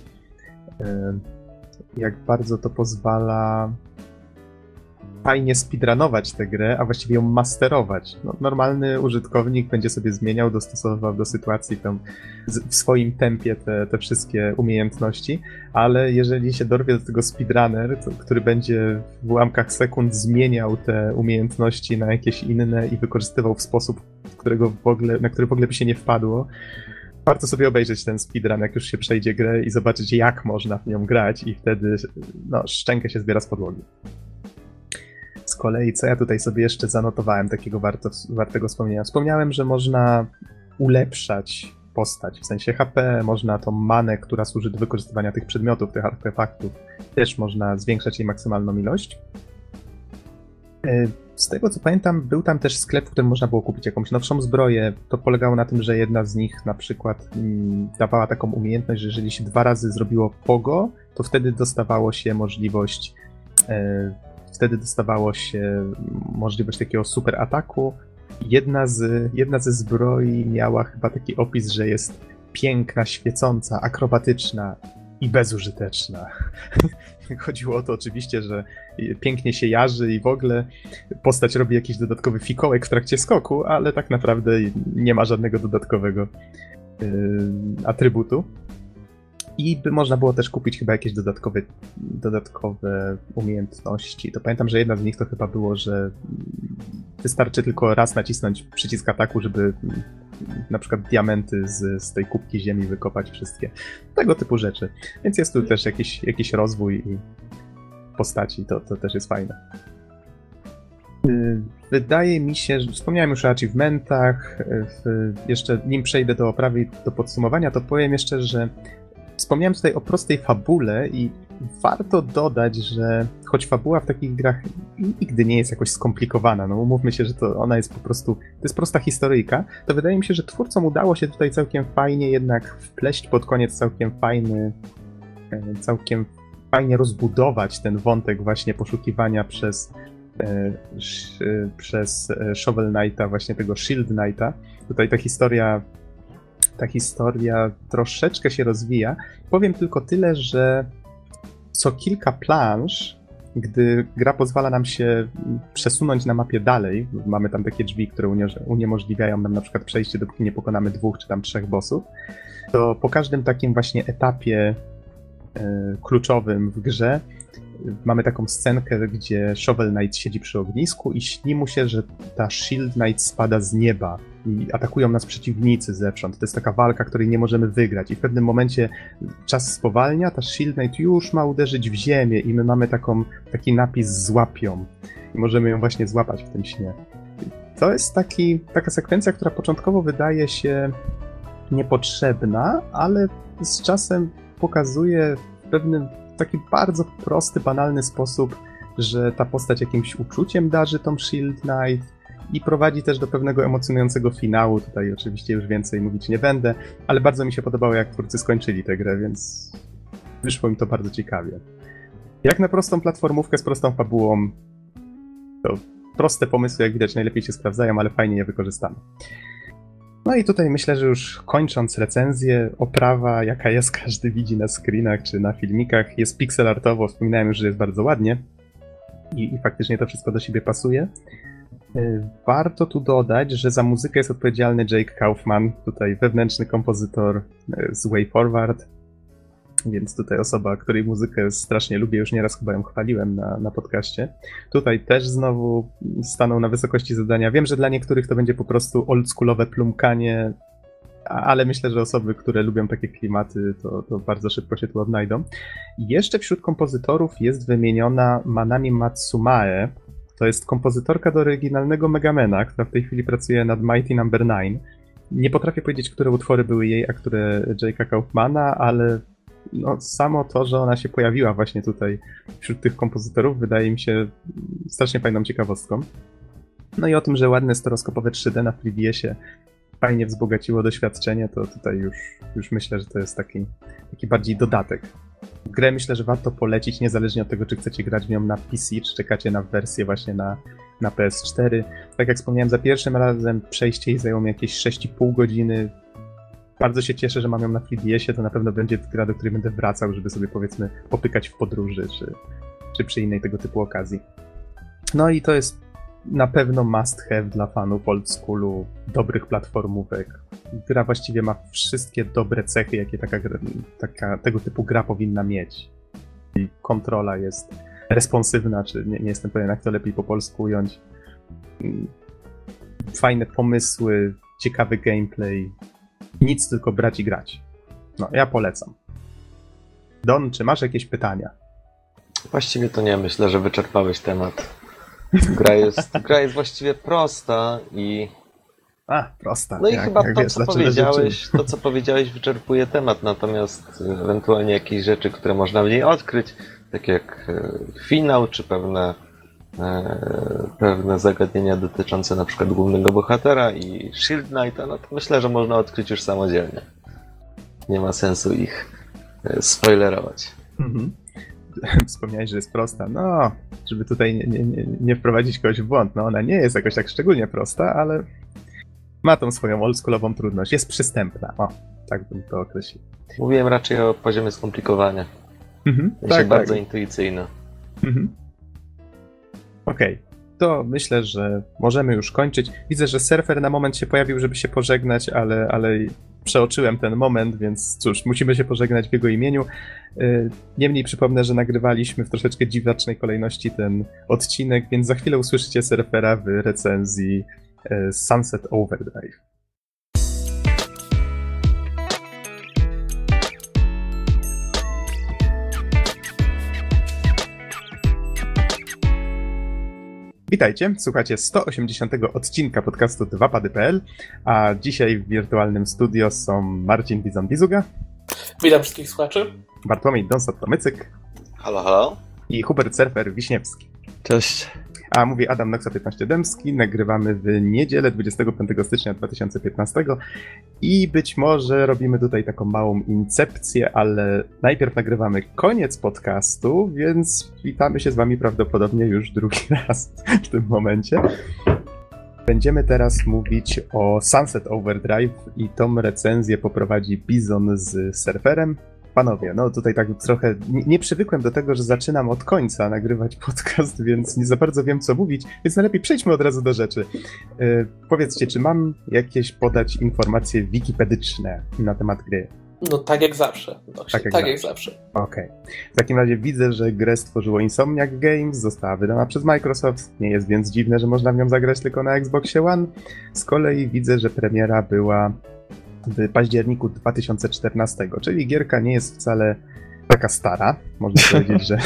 jak bardzo to pozwala fajnie speedrunować tę grę, a właściwie ją masterować. No, normalny użytkownik będzie sobie zmieniał, dostosowywał do sytuacji tam w swoim tempie te, te wszystkie umiejętności, ale jeżeli się dorwie do tego speedrunner, to, który będzie w ułamkach sekund zmieniał te umiejętności na jakieś inne i wykorzystywał w sposób, którego w ogóle, na który w ogóle by się nie wpadło, warto sobie obejrzeć ten speedrun, jak już się przejdzie grę i zobaczyć, jak można w nią grać i wtedy no, szczękę się zbiera z podłogi. Z kolei, co ja tutaj sobie jeszcze zanotowałem takiego warto, wartego wspomnienia? Wspomniałem, że można ulepszać postać, w sensie H P, można tą manę, która służy do wykorzystywania tych przedmiotów, tych artefaktów, też można zwiększać jej maksymalną ilość. Z tego co pamiętam, był tam też sklep, w którym można było kupić jakąś nowszą zbroję. To polegało na tym, że jedna z nich na przykład mm, dawała taką umiejętność, że jeżeli się dwa razy zrobiło pogo, to wtedy dostawało się możliwość e, wtedy dostawało się możliwość takiego super ataku. Jedna z, jedna ze zbroi miała chyba taki opis, że jest piękna, świecąca, akrobatyczna i bezużyteczna. Chodziło o to oczywiście, że pięknie się jarzy i w ogóle postać robi jakiś dodatkowy fikołek w trakcie skoku, ale tak naprawdę nie ma żadnego dodatkowego yy, atrybutu. I by można było też kupić chyba jakieś dodatkowe, dodatkowe umiejętności. To pamiętam, że jedna z nich to chyba było, że wystarczy tylko raz nacisnąć przycisk ataku, żeby na przykład diamenty z, z tej kubki ziemi wykopać wszystkie. Tego typu rzeczy. Więc jest tu też jakiś, jakiś rozwój i postaci, to, to też jest fajne. Wydaje mi się, że wspomniałem już o achievementach. Jeszcze nim przejdę do oprawy i do podsumowania, to powiem jeszcze, że wspomniałem tutaj o prostej fabule i warto dodać, że choć fabuła w takich grach nigdy nie jest jakoś skomplikowana, no umówmy się, że to ona jest po prostu, to jest prosta historyjka, to wydaje mi się, że twórcom udało się tutaj całkiem fajnie jednak wpleść pod koniec całkiem fajny, całkiem fajnie rozbudować ten wątek właśnie poszukiwania przez przez Shovel Knighta, właśnie tego Shield Knighta. Tutaj ta historia ta historia troszeczkę się rozwija. Powiem tylko tyle, że co kilka planż, gdy gra pozwala nam się przesunąć na mapie dalej, mamy tam takie drzwi, które uniemożliwiają nam na przykład przejście, dopóki nie pokonamy dwóch czy tam trzech bossów, to po każdym takim właśnie etapie y, kluczowym w grze mamy taką scenkę, gdzie Shovel Knight siedzi przy ognisku i śni mu się, że ta Shield Knight spada z nieba i atakują nas przeciwnicy zewsząd. To jest taka walka, której nie możemy wygrać i w pewnym momencie czas spowalnia, ta Shield Knight już ma uderzyć w ziemię i my mamy taką, taki napis złapią i możemy ją właśnie złapać w tym śnie. To jest taki, taka sekwencja, która początkowo wydaje się niepotrzebna, ale z czasem pokazuje w pewnym taki bardzo prosty, banalny sposób, że ta postać jakimś uczuciem darzy tą Shield Knight i prowadzi też do pewnego emocjonującego finału. Tutaj oczywiście już więcej mówić nie będę, ale bardzo mi się podobało, jak twórcy skończyli tę grę, więc wyszło mi to bardzo ciekawie. Jak na prostą platformówkę z prostą fabułą, to proste pomysły, jak widać, najlepiej się sprawdzają, ale fajnie je wykorzystane. No i tutaj myślę, że już kończąc recenzję, oprawa, jaka jest, każdy widzi na screenach czy na filmikach, jest pixelartowo, wspominałem już, że jest bardzo ładnie i, i faktycznie to wszystko do siebie pasuje. Warto tu dodać, że za muzykę jest odpowiedzialny Jake Kaufman, tutaj wewnętrzny kompozytor z Way Forward, więc tutaj osoba, której muzykę strasznie lubię, już nieraz chyba ją chwaliłem na, na podcaście. Tutaj też znowu stanął na wysokości zadania. Wiem, że dla niektórych to będzie po prostu oldschoolowe plumkanie, ale myślę, że osoby, które lubią takie klimaty, to, to bardzo szybko się tu odnajdą. I jeszcze wśród kompozytorów jest wymieniona Manami Matsumae. To jest kompozytorka do oryginalnego Megamena, która w tej chwili pracuje nad Mighty number nine. Nie potrafię powiedzieć, które utwory były jej, a które Jake'a Kaufmana, ale no, samo to, że ona się pojawiła właśnie tutaj wśród tych kompozytorów, wydaje mi się strasznie fajną ciekawostką. No i o tym, że ładne stereoskopowe trzy D na trzy D S-ie fajnie wzbogaciło doświadczenie, to tutaj już, już myślę, że to jest taki, taki bardziej dodatek. Grę myślę, że warto polecić, niezależnie od tego, czy chcecie grać w nią na P C, czy czekacie na wersję właśnie na, na P S cztery. Tak jak wspomniałem, za pierwszym razem przejście jej zajęło mi jakieś sześć i pół godziny. Bardzo się cieszę, że mam ją na trzy D S-ie, to na pewno będzie gra, do której będę wracał, żeby sobie powiedzmy popykać w podróży, czy, czy przy innej tego typu okazji. No i to jest na pewno must have dla fanów old schoolu, dobrych platformówek. Gra właściwie ma wszystkie dobre cechy, jakie taka, taka, tego typu gra powinna mieć. I kontrola jest responsywna, czy nie, nie jestem pewien, jak to lepiej po polsku ująć. Fajne pomysły, ciekawy gameplay. Nic, tylko brać i grać. No, ja polecam. Don, czy masz jakieś pytania? Właściwie to nie, myślę, że wyczerpałeś temat. Gra jest, gra jest właściwie prosta i... A, prosta. No i jak, chyba jak to, wiesz, co powiedziałeś, to, co powiedziałeś, wyczerpuje temat, natomiast ewentualnie jakieś rzeczy, które można w niej odkryć, tak jak finał, czy pewne e, pewne zagadnienia dotyczące na przykład głównego bohatera i Shield Knighta, no to myślę, że można odkryć już samodzielnie. Nie ma sensu ich e, spoilerować. Mhm. Wspomniałeś, że jest prosta. No, żeby tutaj nie, nie, nie, nie wprowadzić kogoś w błąd. No, ona nie jest jakoś tak szczególnie prosta, ale ma tą swoją oldschoolową trudność. Jest przystępna. O, tak bym to określił. Mówiłem raczej o poziomie skomplikowania. Mhm, Jest tak, bardzo tak. intuicyjna. Mhm. Okej, okay. To myślę, że możemy już kończyć. Widzę, że surfer na moment się pojawił, żeby się pożegnać, ale, ale przeoczyłem ten moment, więc cóż, musimy się pożegnać w jego imieniu. Niemniej przypomnę, że nagrywaliśmy w troszeczkę dziwacznej kolejności ten odcinek, więc za chwilę usłyszycie surfera w recenzji Sunset Overdrive. Witajcie, słuchacie sto osiemdziesiątego odcinka podcastu dwa pady kropka p l, a dzisiaj w wirtualnym studio są Marcin Bizon-Bizuga. Witam wszystkich słuchaczy. Bartłomiej Donsot-Tomycyk. Halo, halo. I Hubert Surfer Wiśniewski. Cześć. A mówi Adam Noxa piętnaście Dębski. Nagrywamy w niedzielę dwudziestego piątego stycznia dwa tysiące piętnastego i być może robimy tutaj taką małą incepcję, ale najpierw nagrywamy koniec podcastu, więc witamy się z wami prawdopodobnie już drugi raz w tym momencie. Będziemy teraz mówić o Sunset Overdrive i tą recenzję poprowadzi Bizon z Surferem. Panowie, no tutaj tak trochę nie, nie przywykłem do tego, że zaczynam od końca nagrywać podcast, więc nie za bardzo wiem, co mówić, więc najlepiej przejdźmy od razu do rzeczy. Yy, powiedzcie, czy mam jakieś podać informacje wikipedyczne na temat gry? No tak jak zawsze. No, tak jak tak zawsze. Jak zawsze. Okej. Okay. W takim razie widzę, że grę stworzyło Insomniac Games, została wydana przez Microsoft, nie jest więc dziwne, że można w nią zagrać tylko na Xboxie One. Z kolei widzę, że premiera była w październiku dwa tysiące czternastego, czyli gierka nie jest wcale taka stara, można powiedzieć, że...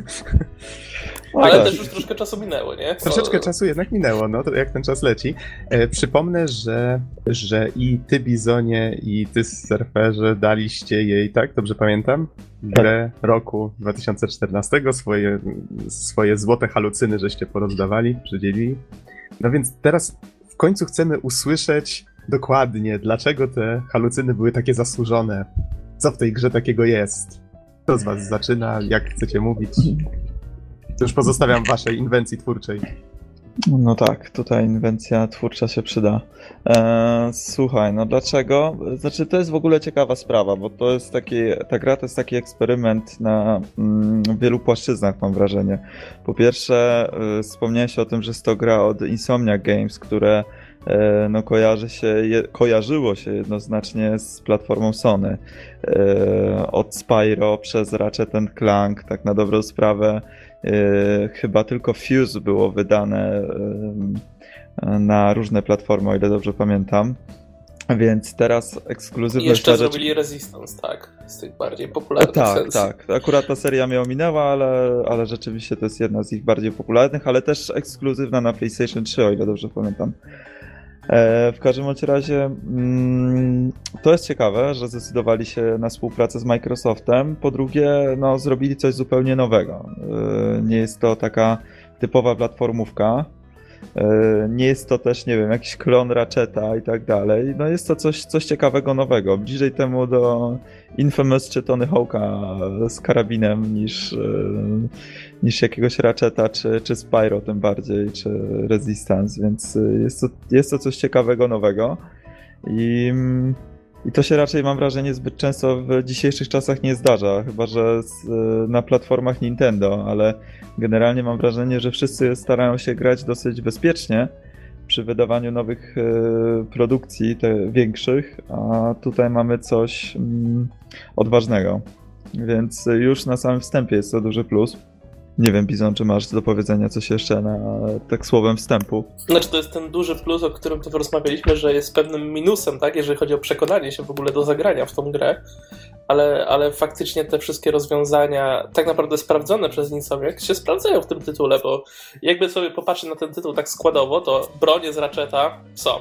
Ale tak. Też już troszkę czasu minęło, nie? Co... Troszeczkę czasu jednak minęło, no to jak ten czas leci. E, przypomnę, że, że i ty, Bizonie, i ty, Surferze, daliście jej, tak? Dobrze pamiętam? Grę roku dwa tysiące czternastego, swoje, swoje złote halucyny żeście porozdawali, przydzielili. No więc teraz w końcu chcemy usłyszeć dokładnie, dlaczego te halucyny były takie zasłużone. Co w tej grze takiego jest? Kto z was zaczyna? Jak chcecie mówić? To już pozostawiam waszej inwencji twórczej. No tak, tutaj inwencja twórcza się przyda. Eee, słuchaj, no dlaczego? Znaczy to jest w ogóle ciekawa sprawa, bo to jest taki, ta gra to jest taki eksperyment na mm, wielu płaszczyznach, mam wrażenie. Po pierwsze, y, wspomniałeś o tym, że jest to gra od Insomniac Games, które y, no, kojarzy się, je, kojarzyło się jednoznacznie z platformą Sony. Y, od Spyro przez Ratchet and Clank, tak na dobrą sprawę. Yy, chyba tylko Fuse było wydane yy, na różne platformy, o ile dobrze pamiętam. Więc teraz ekskluzywność... I jeszcze rzecz... zrobili Resistance, tak? Z tych bardziej popularnych Tak, sensów. tak. Akurat ta seria mnie ominęła, ale, ale rzeczywiście to jest jedna z ich bardziej popularnych, ale też ekskluzywna na PlayStation trzy, o ile dobrze pamiętam. W każdym bądź razie mm, to jest ciekawe, że zdecydowali się na współpracę z Microsoftem. Po drugie, no, zrobili coś zupełnie nowego. Nie jest to taka typowa platformówka. Nie jest to też, nie wiem, jakiś klon Ratcheta i tak dalej. No jest to coś, coś ciekawego, nowego. Bliżej temu do Infamous czy Tony Hawk'a z karabinem niż, niż jakiegoś Ratcheta czy, czy Spyro tym bardziej, czy Resistance, więc jest to, jest to coś ciekawego, nowego. I, I to się raczej, mam wrażenie, zbyt często w dzisiejszych czasach nie zdarza, chyba że z, na platformach Nintendo, ale generalnie mam wrażenie, że wszyscy starają się grać dosyć bezpiecznie przy wydawaniu nowych y, produkcji, te większych, a tutaj mamy coś mm, odważnego. Więc już na samym wstępie jest to duży plus. Nie wiem, Bizon, czy masz do powiedzenia coś jeszcze na tak słowem wstępu? Znaczy to jest ten duży plus, o którym tu rozmawialiśmy, że jest pewnym minusem, tak, jeżeli chodzi o przekonanie się w ogóle do zagrania w tą grę, ale, ale faktycznie te wszystkie rozwiązania tak naprawdę sprawdzone przez Insomniac się sprawdzają w tym tytule, bo jakby sobie popatrzeć na ten tytuł tak składowo, to bronie z Ratcheta są.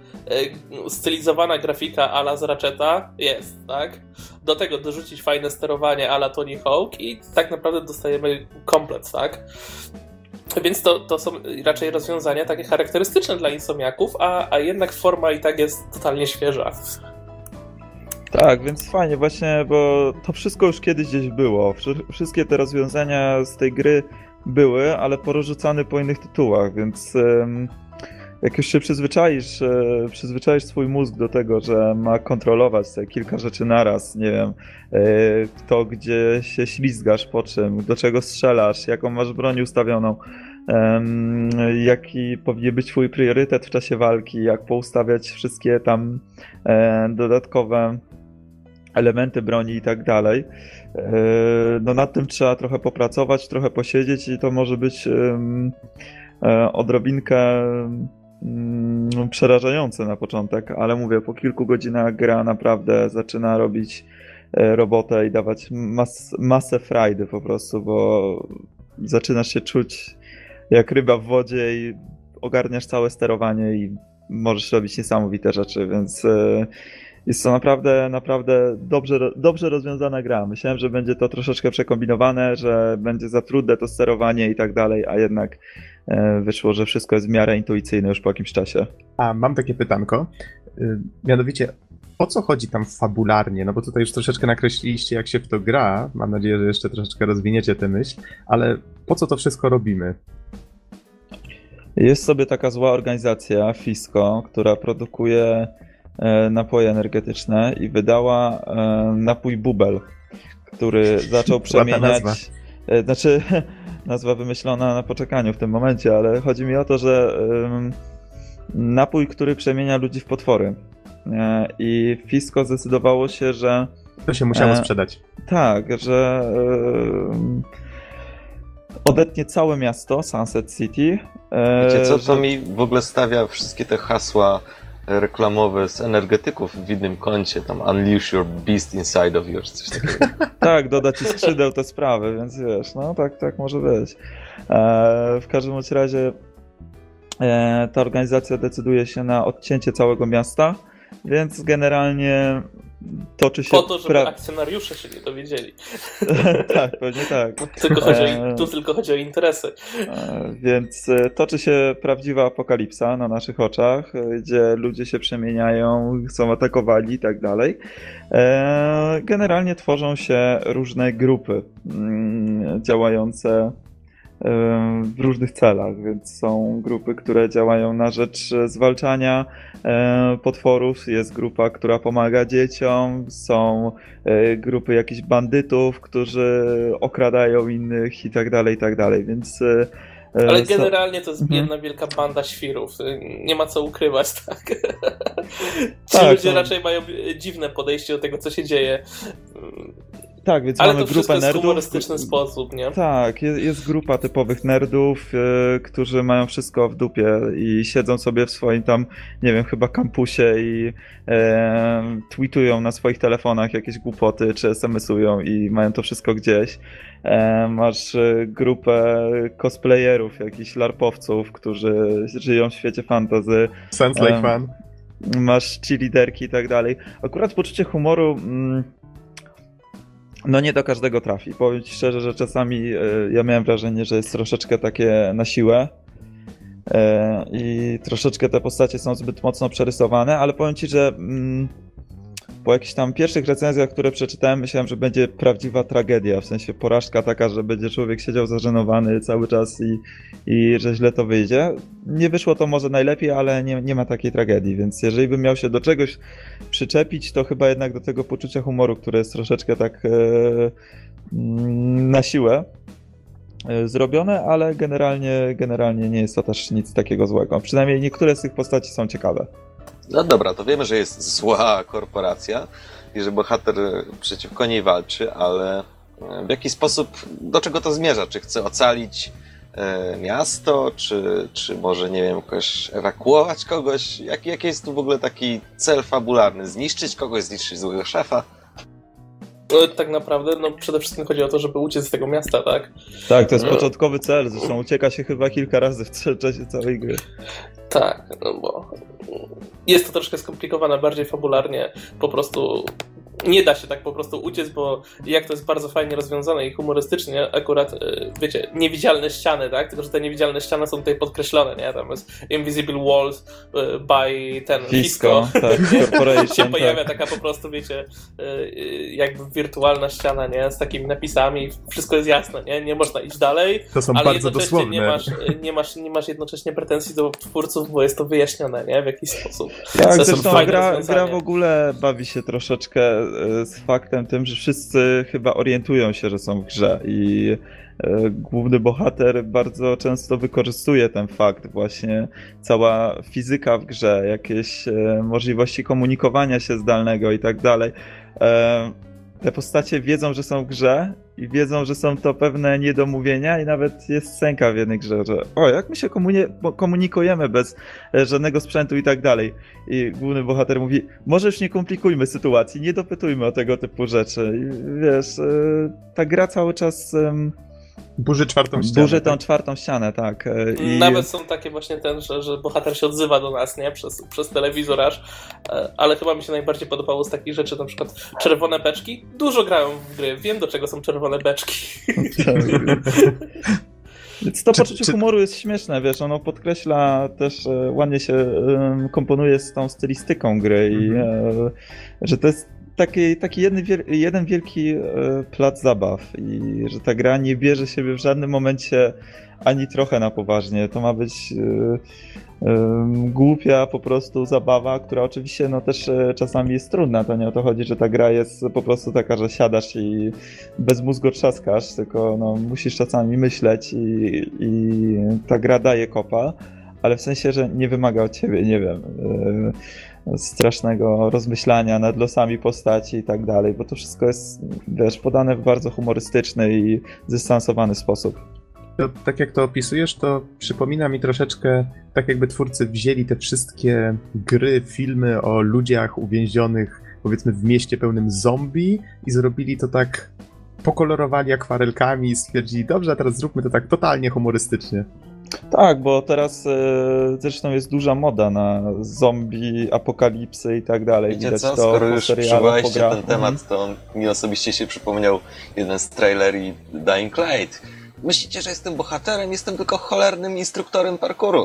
Stylizowana grafika a la z Ratcheta jest, tak? Do tego dorzucić fajne sterowanie a la Tony Hawk i tak naprawdę dostajemy komplet, tak? Więc to, to są raczej rozwiązania takie charakterystyczne dla insomniaków, a, a jednak forma i tak jest totalnie świeża. Tak, więc fajnie właśnie, bo to wszystko już kiedyś gdzieś było. Wszystkie te rozwiązania z tej gry były, ale porozrzucane po innych tytułach, więc um, jak już się przyzwyczaisz, e, przyzwyczaisz swój mózg do tego, że ma kontrolować te kilka rzeczy naraz, nie wiem, e, to gdzie się ślizgasz, po czym, do czego strzelasz, jaką masz broń ustawioną, e, jaki powinien być twój priorytet w czasie walki, jak poustawiać wszystkie tam e, dodatkowe elementy broni i tak dalej. No nad tym trzeba trochę popracować, trochę posiedzieć i to może być odrobinkę przerażające na początek, ale mówię, po kilku godzinach gra naprawdę zaczyna robić robotę i dawać mas, masę frajdy po prostu, bo zaczynasz się czuć jak ryba w wodzie i ogarniasz całe sterowanie i możesz robić niesamowite rzeczy, więc jest to naprawdę, naprawdę dobrze, dobrze rozwiązana gra. Myślałem, że będzie to troszeczkę przekombinowane, że będzie za trudne to sterowanie i tak dalej, a jednak wyszło, że wszystko jest w miarę intuicyjne już po jakimś czasie. A mam takie pytanko, mianowicie o co chodzi tam fabularnie? No bo tutaj już troszeczkę nakreśliliście, jak się w to gra. Mam nadzieję, że jeszcze troszeczkę rozwiniecie tę myśl, ale po co to wszystko robimy? Jest sobie taka zła organizacja, Fisco, która produkuje napoje energetyczne i wydała napój Bubel, który zaczął przemieniać... Nazwa. Znaczy, nazwa wymyślona na poczekaniu w tym momencie, ale chodzi mi o to, że napój, który przemienia ludzi w potwory. I Fisco zdecydowało się, że... To się musiało sprzedać. Tak, że odetnie całe miasto, Sunset City. Wiecie co, że... to mi w ogóle stawia wszystkie te hasła reklamowe z energetyków w innym kącie, tam Unleash your beast inside of yours, coś takiego. Tak, doda ci skrzydeł te sprawy, więc wiesz, no tak, tak może być. E, w każdym bądź razie e, ta organizacja decyduje się na odcięcie całego miasta, więc generalnie toczy się... Po to, żeby pra... akcjonariusze się nie dowiedzieli. Tak, pewnie tak. Tylko chodzi o, tu tylko chodzi o interesy. Więc toczy się prawdziwa apokalipsa na naszych oczach, gdzie ludzie się przemieniają, są atakowani i tak dalej. Generalnie tworzą się różne grupy działające w różnych celach, więc są grupy, które działają na rzecz zwalczania potworów, jest grupa, która pomaga dzieciom, są grupy jakichś bandytów, którzy okradają innych i tak dalej, i tak dalej, więc... Ale generalnie to jest biedna, mhm. wielka banda świrów. Nie ma co ukrywać, tak? Ci tak, ludzie no. raczej mają dziwne podejście do tego, co się dzieje. Tak, więc Ale mamy to grupę nerdów. Ale to w humorystyczny w sposób, nie? Tak, jest, jest grupa typowych nerdów, yy, którzy mają wszystko w dupie i siedzą sobie w swoim tam, nie wiem, chyba kampusie i yy, tweetują na swoich telefonach jakieś głupoty, czy es em esują i mają to wszystko gdzieś. Yy, masz grupę cosplayerów, jakichś larpowców, którzy żyją w świecie fantasy. Sounds like yy, fun. Masz cheerleaderki i tak dalej. Akurat poczucie humoru... Yy, No nie do każdego trafi. Powiem ci szczerze, że czasami y, ja miałem wrażenie, że jest troszeczkę takie na siłę y, i troszeczkę te postacie są zbyt mocno przerysowane, ale powiem ci, że mm, po jakichś tam pierwszych recenzjach, które przeczytałem, myślałem, że będzie prawdziwa tragedia, w sensie porażka taka, że będzie człowiek siedział zażenowany cały czas i, i że źle to wyjdzie. Nie wyszło to może najlepiej, ale nie, nie ma takiej tragedii, więc jeżeli bym miał się do czegoś przyczepić, to chyba jednak do tego poczucia humoru, które jest troszeczkę tak e, na siłę e, zrobione, ale generalnie, generalnie nie jest to też nic takiego złego. Przynajmniej niektóre z tych postaci są ciekawe. No dobra, to wiemy, że jest zła korporacja i że bohater przeciwko niej walczy, ale w jaki sposób, do czego to zmierza? Czy chce ocalić e, miasto, czy, czy może, nie wiem, jakoś ewakuować kogoś? Jaki, jaki jest tu w ogóle taki cel fabularny? Zniszczyć kogoś, zniszczyć złego szefa? No, tak naprawdę, no przede wszystkim chodzi o to, żeby uciec z tego miasta, tak? Tak, to jest no. początkowy cel, zresztą ucieka się chyba kilka razy w czasie całej gry. Tak, no bo jest to troszkę skomplikowane, bardziej fabularnie, po prostu nie da się tak po prostu uciec, bo jak to jest bardzo fajnie rozwiązane i humorystycznie, akurat, wiecie, niewidzialne ściany, tak? Tylko że te niewidzialne ściany są tutaj podkreślone, nie? Tam jest Invisible Walls by ten Fisco, Fisco. tak, Corporation, się pojawia tak. taka po prostu, wiecie, jakby wirtualna ściana, nie? Z takimi napisami, wszystko jest jasne, nie? Nie można iść dalej, To są ale bardzo jednocześnie dosłowne. nie masz, nie, masz, nie masz jednocześnie pretensji do twórców, bo jest to wyjaśnione, nie? W jakiś sposób. Tak, To są zresztą fajne gra, rozwiązania. gra w ogóle bawi się troszeczkę z faktem tym, że wszyscy chyba orientują się, że są w grze i e, główny bohater bardzo często wykorzystuje ten fakt, właśnie cała fizyka w grze, jakieś e, możliwości komunikowania się zdalnego i tak dalej. E, te postacie wiedzą, że są w grze i wiedzą, że są to pewne niedomówienia i nawet jest scenka w jednej grze, że o, jak my się komuni- komunikujemy bez e, żadnego sprzętu i tak dalej. I główny bohater mówi, może już nie komplikujmy sytuacji, nie dopytujmy o tego typu rzeczy. I wiesz, e, ta gra cały czas em, Burzy czwartą ścianę. burzy tą tak? czwartą ścianę, tak. E, I... Nawet są takie właśnie ten, że, że bohater się odzywa do nas, nie? Przez, przez telewizor aż. E, Ale chyba mi się najbardziej podobało z takich rzeczy, na przykład czerwone beczki. Dużo grałem w gry, wiem do czego są czerwone beczki. Więc to Czy- poczucie czy- humoru jest śmieszne, wiesz, ono podkreśla też, e, ładnie się e, komponuje z tą stylistyką gry i e, że to jest taki, taki jeden, wiel- jeden wielki e, plac zabaw i że ta gra nie bierze siebie w żadnym momencie ani trochę na poważnie. To ma być e, e, głupia po prostu zabawa, która oczywiście no też e, czasami jest trudna. To nie o to chodzi, że ta gra jest po prostu taka, że siadasz i bez mózgu trzaskasz, tylko no, musisz czasami myśleć i, i ta gra daje kopa, ale w sensie, że nie wymaga od ciebie, nie wiem, e, strasznego rozmyślania nad losami postaci i tak dalej, bo to wszystko jest, wiesz, podane w bardzo humorystyczny i zdystansowany sposób. To, tak jak to opisujesz, to przypomina mi troszeczkę, tak jakby twórcy wzięli te wszystkie gry, filmy o ludziach uwięzionych, powiedzmy, w mieście pełnym zombie i zrobili to tak, pokolorowali akwarelkami i stwierdzili, dobrze, a teraz zróbmy to tak totalnie humorystycznie. Tak, bo teraz e, zresztą jest duża moda na zombie, apokalipsy i tak dalej. Wiecie Widać co, to skoro po już serialach, po przywołaliście grach. ten temat, to mi osobiście się przypomniał jeden z traileri Dying Light. Myślicie, że jestem bohaterem? Jestem tylko cholernym instruktorem parkouru.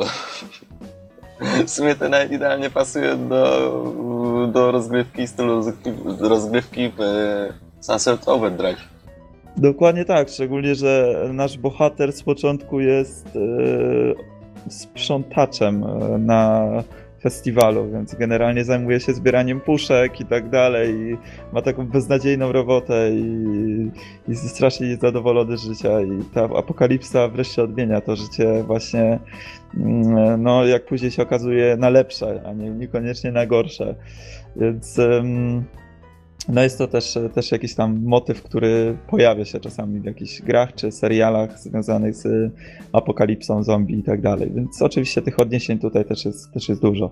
W sumie to nawet idealnie pasuje do, do rozgrywki stylu rozgrywki, rozgrywki w Sunset Overdrive. Dokładnie tak, szczególnie, że nasz bohater z początku jest e, sprzątaczem e, na festiwalu, więc generalnie zajmuje się zbieraniem puszek i tak dalej i ma taką beznadziejną robotę i jest strasznie niezadowolony z życia i ta apokalipsa wreszcie odmienia to życie właśnie, mm, no jak później się okazuje, na lepsze, a nie niekoniecznie na gorsze, więc um, no jest to też, też jakiś tam motyw, który pojawia się czasami w jakichś grach czy serialach związanych z apokalipsą, zombie i tak dalej. Więc oczywiście tych odniesień tutaj też jest, też jest dużo.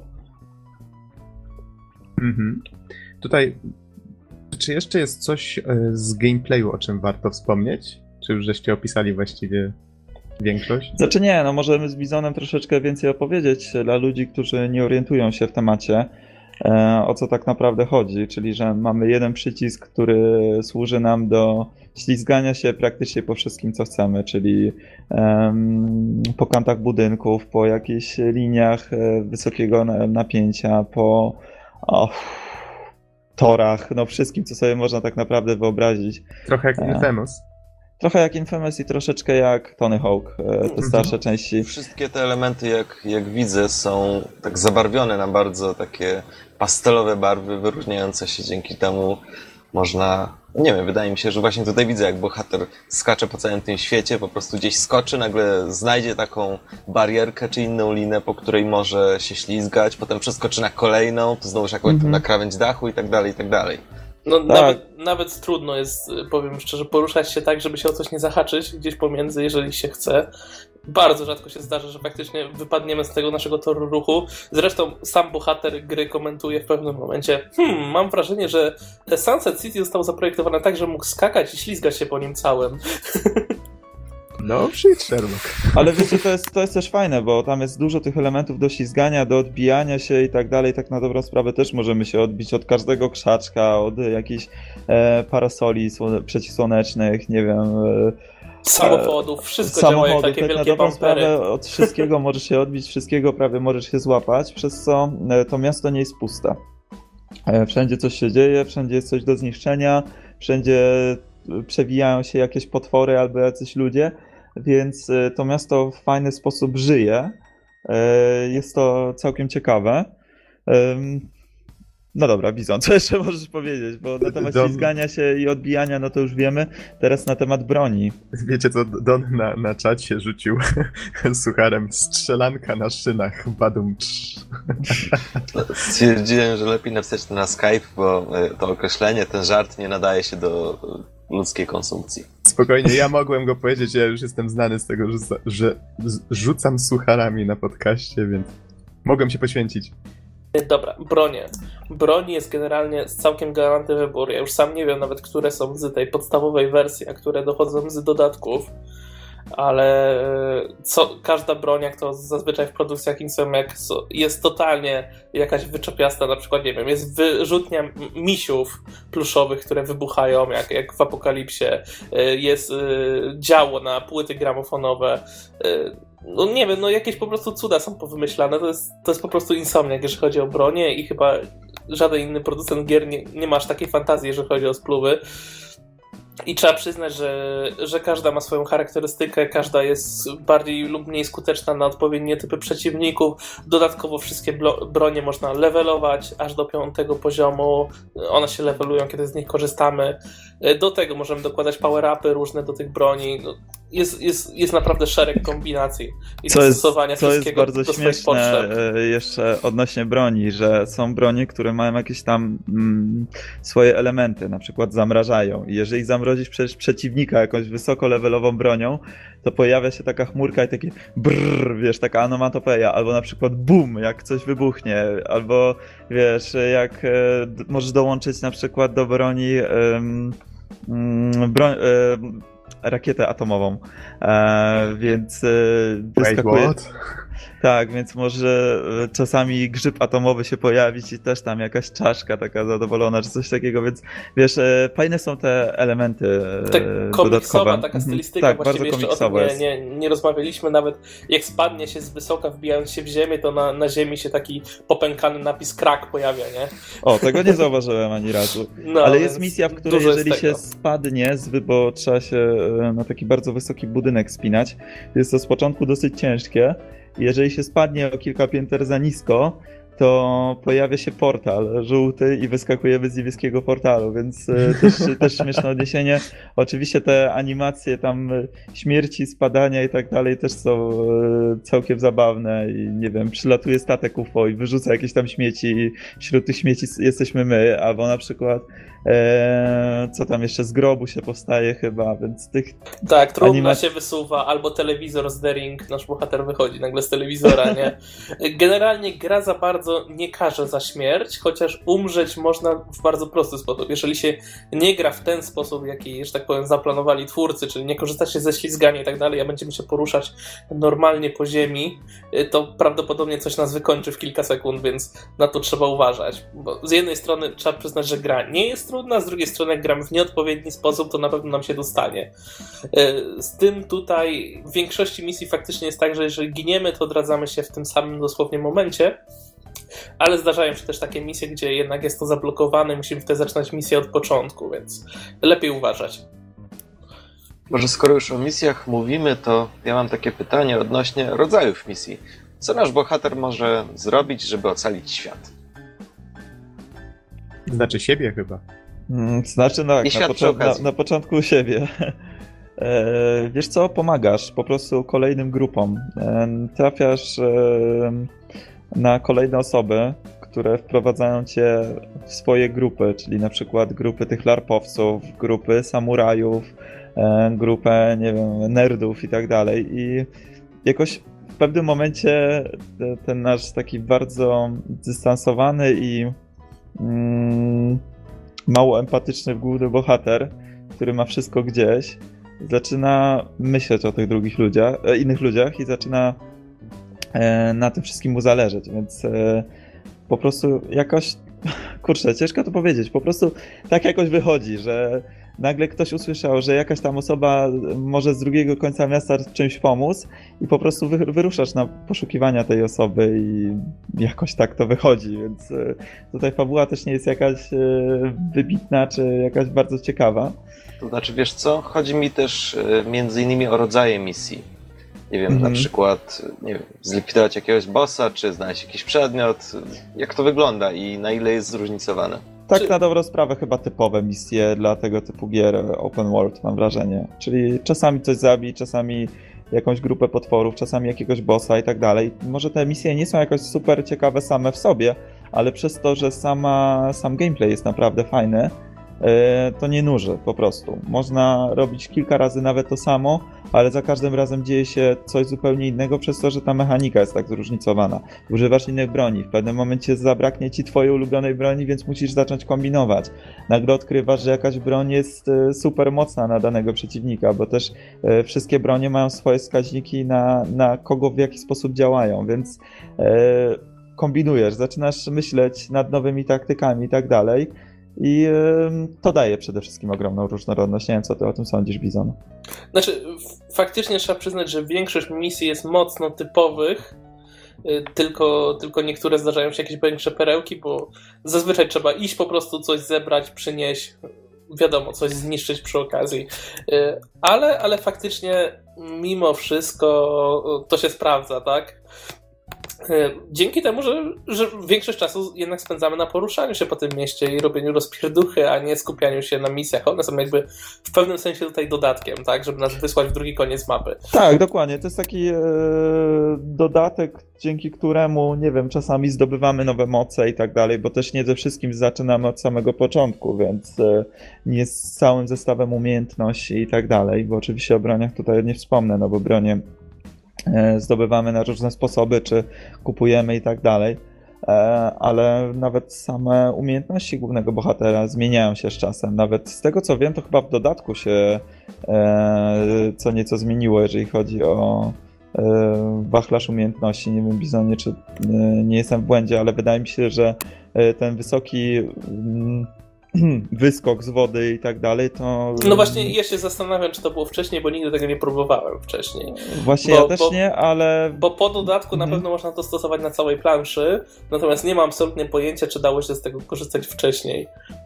Mhm. Tutaj, czy jeszcze jest coś e, z gameplayu, o czym warto wspomnieć? Czy już żeście opisali właściwie większość? Znaczy nie, no możemy z Bizonem troszeczkę więcej opowiedzieć dla ludzi, którzy nie orientują się w temacie, e, o co tak naprawdę chodzi, czyli że mamy jeden przycisk, który służy nam do ślizgania się praktycznie po wszystkim, co chcemy, czyli em, po kantach budynków, po jakichś liniach e, wysokiego na- napięcia, po o, torach, no wszystkim, co sobie można tak naprawdę wyobrazić. Trochę jak E. Infamous. Trochę jak Infamous i troszeczkę jak Tony Hawk, e, te starsze części. Wszystkie te elementy, jak, jak widzę, są tak zabarwione na bardzo takie pastelowe barwy, wyróżniające się dzięki temu można, nie wiem, wydaje mi się, że właśnie tutaj widzę, jak bohater skacze po całym tym świecie, po prostu gdzieś skoczy, nagle znajdzie taką barierkę czy inną linę, po której może się ślizgać, potem przeskoczy na kolejną, to znowuż jakąś Mhm. na krawędź dachu i tak dalej, i tak dalej. No Tak. nawet, nawet trudno jest, powiem szczerze, poruszać się tak, żeby się o coś nie zahaczyć gdzieś pomiędzy, jeżeli się chce. Bardzo rzadko się zdarza, że faktycznie wypadniemy z tego naszego toru ruchu. Zresztą sam bohater gry komentuje w pewnym momencie: Hmm, mam wrażenie, że Sunset City zostało zaprojektowane tak, że mógł skakać i ślizgać się po nim całym. No, przyjdź Sherlock. Ale wiecie, to jest, to jest też fajne, bo tam jest dużo tych elementów do ślizgania, do odbijania się i tak dalej. Tak na dobrą sprawę też możemy się odbić od każdego krzaczka, od jakichś e, parasoli słone, przeciwsłonecznych, nie wiem... E, Samochodów, wszystko samochodów, działa jak takie tak wielkie na dobrą bampery. sprawę od wszystkiego możesz się odbić, wszystkiego prawie możesz się złapać, przez co e, to miasto nie jest puste. E, wszędzie coś się dzieje, wszędzie jest coś do zniszczenia, wszędzie przewijają się jakieś potwory albo jacyś ludzie, więc e, to miasto w fajny sposób żyje. E, jest to całkiem ciekawe. E, No dobra, Bizon, co jeszcze możesz powiedzieć? Bo na temat Don... ślizgania się i odbijania, no to już wiemy. Teraz na temat broni. Wiecie co, Don na, na czat się rzucił sucharem strzelanka na szynach, badum cz. Stwierdziłem, że lepiej napisać to na Skype, bo to określenie, ten żart nie nadaje się do ludzkiej konsumpcji. Spokojnie, ja mogłem go powiedzieć, ja już jestem znany z tego, że, że rzucam sucharami na podcaście, więc mogłem się poświęcić. Dobra, bronie. Broń jest generalnie całkiem garanty wybór. Ja już sam nie wiem nawet, które są z tej podstawowej wersji, a które dochodzą z dodatków, ale co, każda broń, jak to zazwyczaj w produkcjach Insomniac, jest totalnie jakaś wyczepiasta, na przykład, nie wiem, jest wyrzutnia misiów pluszowych, które wybuchają, jak, jak w Apokalipsie, jest działo na płyty gramofonowe. No nie wiem, no jakieś po prostu cuda są powymyślane, to jest, to jest po prostu Insomniac, jeżeli chodzi o bronię i chyba żaden inny producent gier nie, nie ma aż takiej fantazji, jeżeli chodzi o spluwy. I trzeba przyznać, że, że każda ma swoją charakterystykę, każda jest bardziej lub mniej skuteczna na odpowiednie typy przeciwników. Dodatkowo wszystkie bronie można levelować aż do piątego poziomu. One się levelują, kiedy z nich korzystamy. Do tego możemy dokładać power-upy różne do tych broni. Jest, jest, jest naprawdę szereg kombinacji i co dostosowania jest, co wszystkiego jest bardzo do swoich potrzeb. Jeszcze odnośnie broni, że są broni, które mają jakieś tam mm, swoje elementy, na przykład zamrażają. I jeżeli zamrozisz przecież przeciwnika jakąś wysokolewelową bronią, to pojawia się taka chmurka i takie brrr, wiesz, taka onomatopeja, albo na przykład bum, jak coś wybuchnie, albo wiesz, jak e, możesz dołączyć na przykład do broni e, broń, e, rakietę atomową, e, więc e, wyskakuje... Wait, what? Tak, więc może czasami grzyb atomowy się pojawić i też tam jakaś czaszka taka zadowolona, czy coś takiego, więc wiesz, e, fajne są te elementy e, tak komiksowa dodatkowe. taka stylistyka, tak, właściwie bardzo jeszcze o tym komiksowa nie, jest. nie, nie rozmawialiśmy, nawet jak spadnie się z wysoka, wbijając się w ziemię, to na, na ziemi się taki popękany napis crack pojawia, nie? O, tego nie zauważyłem ani razu. No, ale jest misja, w której jeżeli się tego. spadnie, z, bo trzeba się na taki bardzo wysoki budynek spinać, jest to z początku dosyć ciężkie. Jeżeli się spadnie o kilka pięter za nisko, to pojawia się portal żółty i wyskakujemy z niebieskiego portalu, więc też, też śmieszne odniesienie. Oczywiście te animacje tam śmierci, spadania i tak dalej też są całkiem zabawne i nie wiem, przylatuje statek U F O i wyrzuca jakieś tam śmieci i wśród tych śmieci jesteśmy my, albo na przykład Eee, co tam jeszcze z grobu się powstaje chyba, więc tych tak, trumna animacji... się wysuwa, albo telewizor z The Ring, nasz bohater wychodzi nagle z telewizora, nie? Generalnie gra za bardzo nie karze za śmierć, chociaż umrzeć można w bardzo prosty sposób. Jeżeli się nie gra w ten sposób, jaki, że tak powiem, zaplanowali twórcy, czyli nie korzysta się ze ślizgania i tak dalej, a będziemy się poruszać normalnie po ziemi, to prawdopodobnie coś nas wykończy w kilka sekund, więc na to trzeba uważać. Bo z jednej strony trzeba przyznać, że gra nie jest trudna, z drugiej strony jak gramy w nieodpowiedni sposób, to na pewno nam się dostanie. Z tym tutaj w większości misji faktycznie jest tak, że jeżeli giniemy, to odradzamy się w tym samym dosłownie momencie, ale zdarzają się też takie misje, gdzie jednak jest to zablokowane i musimy wtedy zaczynać misję od początku, więc lepiej uważać. Może skoro już o misjach mówimy, to ja mam takie pytanie odnośnie rodzajów misji. Co nasz bohater może zrobić, żeby ocalić świat? Znaczy siebie chyba. Znaczy no, I na, począ- na, na początku siebie. E, wiesz co, pomagasz po prostu kolejnym grupom. E, trafiasz e, na kolejne osoby, które wprowadzają cię w swoje grupy, czyli na przykład grupy tych larpowców, grupy samurajów, e, grupę, nie wiem, nerdów i tak dalej. I jakoś w pewnym momencie ten nasz taki bardzo zdystansowany i mm, mało empatyczny główny bohater, który ma wszystko gdzieś, zaczyna myśleć o tych drugich ludziach, e, innych ludziach i zaczyna e, na tym wszystkim mu zależeć, więc e, po prostu jakoś, kurczę, ciężko to powiedzieć, po prostu tak jakoś wychodzi, że nagle ktoś usłyszał, że jakaś tam osoba może z drugiego końca miasta czymś pomóc i po prostu wy, wyruszasz na poszukiwania tej osoby i jakoś tak to wychodzi, więc tutaj fabuła też nie jest jakaś wybitna czy jakaś bardzo ciekawa. To znaczy, wiesz co, chodzi mi też między innymi o rodzaje misji. Nie wiem, mm-hmm. na przykład nie wiem, zlikwidować jakiegoś bossa, czy znaleźć jakiś przedmiot. Jak to wygląda i na ile jest zróżnicowane? Tak, czy... na dobrą sprawę chyba typowe misje dla tego typu gier open world, mam wrażenie. Czyli czasami coś zabić, czasami jakąś grupę potworów, czasami jakiegoś bossa i tak dalej. Może te misje nie są jakoś super ciekawe same w sobie, ale przez to, że sama, sam gameplay jest naprawdę fajny, to nie nuży po prostu. Można robić kilka razy nawet to samo, ale za każdym razem dzieje się coś zupełnie innego przez to, że ta mechanika jest tak zróżnicowana. Używasz innych broni, w pewnym momencie zabraknie ci twojej ulubionej broni, więc musisz zacząć kombinować. Nagle odkrywasz, że jakaś broń jest super mocna na danego przeciwnika, bo też wszystkie bronie mają swoje wskaźniki na, na kogo w jaki sposób działają, więc kombinujesz, zaczynasz myśleć nad nowymi taktykami i tak dalej. I yy, to daje przede wszystkim ogromną różnorodność. Nie wiem, co ty o tym sądzisz, Bizon? Znaczy, f- faktycznie trzeba przyznać, że większość misji jest mocno typowych, yy, tylko, tylko niektóre zdarzają się jakieś większe perełki, bo zazwyczaj trzeba iść po prostu coś zebrać, przynieść, wiadomo, coś zniszczyć przy okazji. Yy, ale, ale faktycznie mimo wszystko to się sprawdza, tak? Dzięki temu, że, że większość czasu jednak spędzamy na poruszaniu się po tym mieście i robieniu rozpierduchy, a nie skupianiu się na misjach. One są jakby w pewnym sensie tutaj dodatkiem, tak, żeby nas wysłać w drugi koniec mapy. Tak, dokładnie. To jest taki e, dodatek, dzięki któremu, nie wiem, czasami zdobywamy nowe moce i tak dalej, bo też nie ze wszystkim zaczynamy od samego początku, więc e, nie z całym zestawem umiejętności i tak dalej, bo oczywiście o broniach tutaj nie wspomnę, no bo bronie zdobywamy na różne sposoby, czy kupujemy i tak dalej, ale nawet same umiejętności głównego bohatera zmieniają się z czasem. Nawet z tego co wiem, to chyba w dodatku się co nieco zmieniło, jeżeli chodzi o wachlarz umiejętności. Nie wiem, Bizonie, czy nie jestem w błędzie, ale wydaje mi się, że ten wysoki wyskok z wody i tak dalej, to... No właśnie, ja się zastanawiam, czy to było wcześniej, bo nigdy tego nie próbowałem wcześniej. Właśnie bo, ja też bo, nie, ale... Bo po dodatku na mhm. pewno można to stosować na całej planszy, natomiast nie mam absolutnie pojęcia, czy dało się z tego korzystać wcześniej.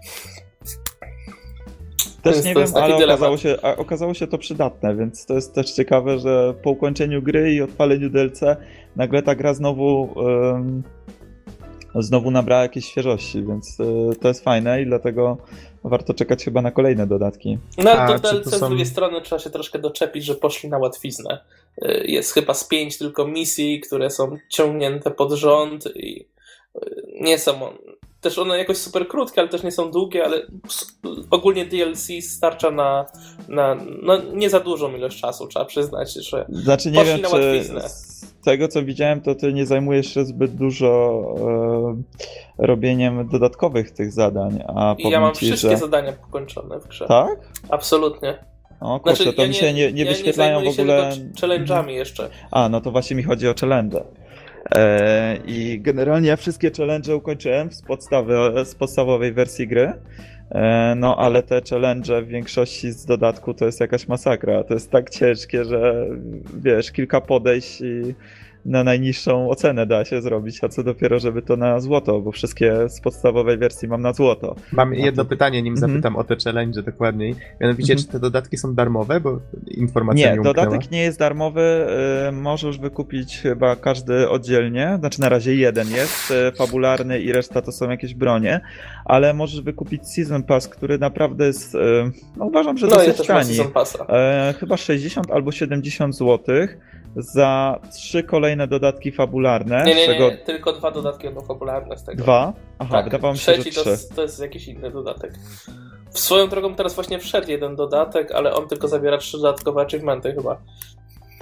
Też nie wiem, ale okazało się, okazało się to przydatne, więc to jest też ciekawe, że po ukończeniu gry i odpaleniu D L C nagle ta gra znowu... Um, znowu nabrała jakiejś świeżości, więc y, to jest fajne i dlatego warto czekać chyba na kolejne dodatki. No A, do D L C są... z drugiej strony trzeba się troszkę doczepić, że poszli na łatwiznę. Y, jest chyba z pięć tylko misji, które są ciągnięte pod rząd i y, nie są... Też one jakoś super krótkie, ale też nie są długie, ale ogólnie D L C starcza na, na no, nie za dużą ilość czasu, trzeba przyznać, że znaczy, nie poszli wiem, na czy łatwiznę. Z tego co widziałem, to ty nie zajmujesz się zbyt dużo e, robieniem dodatkowych tych zadań, a I ja mam ci, wszystkie że... zadania pokończone w grze. Tak? Absolutnie. O kurczę, znaczy, to ja mi się nie, nie ja wyświetlają nie w ogóle... się challenge'ami jeszcze. A, no to właśnie mi chodzi o challenge. E, I generalnie ja wszystkie challenge ukończyłem z, podstawy, z podstawowej wersji gry. No, ale te challenge w większości z dodatku to jest jakaś masakra. To jest tak ciężkie, że wiesz, kilka podejść i na najniższą ocenę da się zrobić, a co dopiero, żeby to na złoto, bo wszystkie z podstawowej wersji mam na złoto. Mam jedno to... pytanie, nim mhm. zapytam o te challenge dokładniej. Mianowicie, mhm. czy te dodatki są darmowe, bo informacja nie nie umknęła. dodatek nie jest darmowy, możesz wykupić chyba każdy oddzielnie, znaczy na razie jeden jest, fabularny i reszta to są jakieś bronie, ale możesz wykupić Season Pass, który naprawdę jest, no uważam, że no, dosyć ja tani. e, chyba sześćdziesiąt albo siedemdziesiąt złotych za trzy kolejne dodatki fabularne. Nie, nie, nie, czego... tylko dwa dodatki będą fabularne z tego. Dwa? Aha, tak, wydawało mi się, trzeci że trzy. To jest, to jest jakiś inny dodatek. W swoją drogą teraz właśnie wszedł jeden dodatek, ale on tylko zawiera trzy dodatkowe achievementy chyba.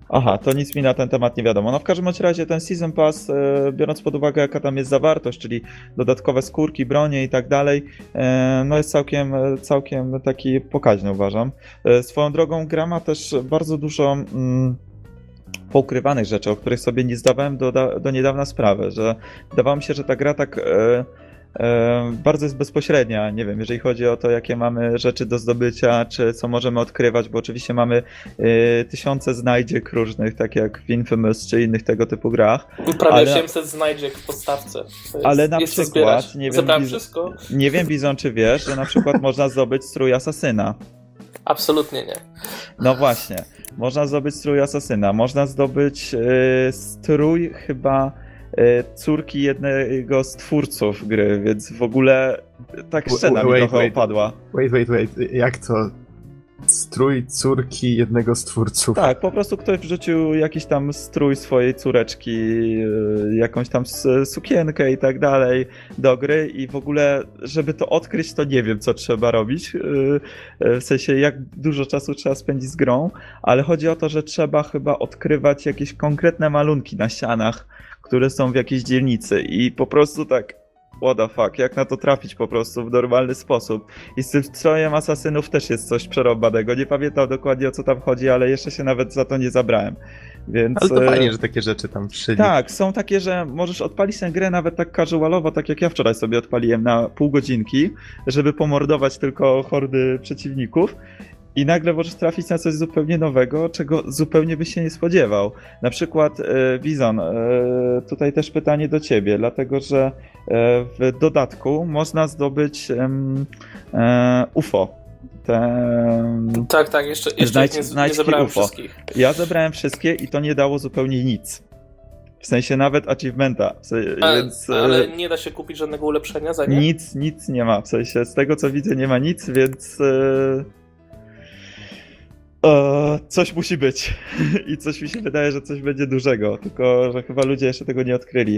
Aha, to nic mi na ten temat nie wiadomo. No w każdym bądź razie ten Season Pass, e, biorąc pod uwagę jaka tam jest zawartość, czyli dodatkowe skórki, bronie i tak dalej, e, no jest całkiem, całkiem taki pokaźny, uważam. E, swoją drogą gra ma też bardzo dużo mm, poukrywanych rzeczy, o których sobie nie zdawałem do, do niedawna sprawy, że wydawało mi się, że ta gra tak e, e, bardzo jest bezpośrednia, nie wiem, jeżeli chodzi o to, jakie mamy rzeczy do zdobycia, czy co możemy odkrywać, bo oczywiście mamy e, tysiące znajdziek różnych, tak jak w Infamous czy innych tego typu grach. Prawie ale, osiemset znajdziek w podstawce. Jest, ale na jest przykład, nie wiem, Biz- wszystko? nie wiem Bizon, czy wiesz, że na przykład można zdobyć strój asasyna. Absolutnie nie. No właśnie, można zdobyć strój asasyna, można zdobyć e, strój chyba e, córki jednego z twórców gry, więc w ogóle tak scena mi Wait, trochę wait. opadła. Wait, wait, wait. Jak to? Strój córki jednego z twórców. Tak, po prostu ktoś wrzucił jakiś tam strój swojej córeczki, e, jakąś tam s- sukienkę i tak dalej do gry i w ogóle, żeby to odkryć, to nie wiem, co trzeba robić, e, e, w sensie jak dużo czasu trzeba spędzić z grą, ale chodzi o to, że trzeba chyba odkrywać jakieś konkretne malunki na ścianach, które są w jakiejś dzielnicy i po prostu tak what the fuck, jak na to trafić po prostu w normalny sposób. I z tym strojem asasynów też jest coś przerąbanego. Nie pamiętam dokładnie, o co tam chodzi, ale jeszcze się nawet za to nie zabrałem. Więc, Ale to e, fajnie, że takie rzeczy tam wszyli. tak, są takie, że możesz odpalić tę grę nawet tak casualowo, tak jak ja wczoraj sobie odpaliłem na pół godzinki, żeby pomordować tylko hordy przeciwników. I nagle możesz trafić na coś zupełnie nowego, czego zupełnie byś się nie spodziewał. Na przykład, e, Bizon, e, tutaj też pytanie do ciebie, dlatego że e, w dodatku można zdobyć em, e, U F O. Te, Tak, tak, jeszcze, jeszcze Znajdź- nie, nie znajdźki zebrałem U F O. wszystkich. ja zebrałem wszystkie i to nie dało zupełnie nic. W sensie nawet achievementa. W sensie, A, więc, e, ale nie da się kupić żadnego ulepszenia za nie? nic, nic nie ma. W sensie z tego co widzę nie ma nic, więc e, e, coś musi być. I coś mi się wydaje, że coś będzie dużego. Tylko, że chyba ludzie jeszcze tego nie odkryli.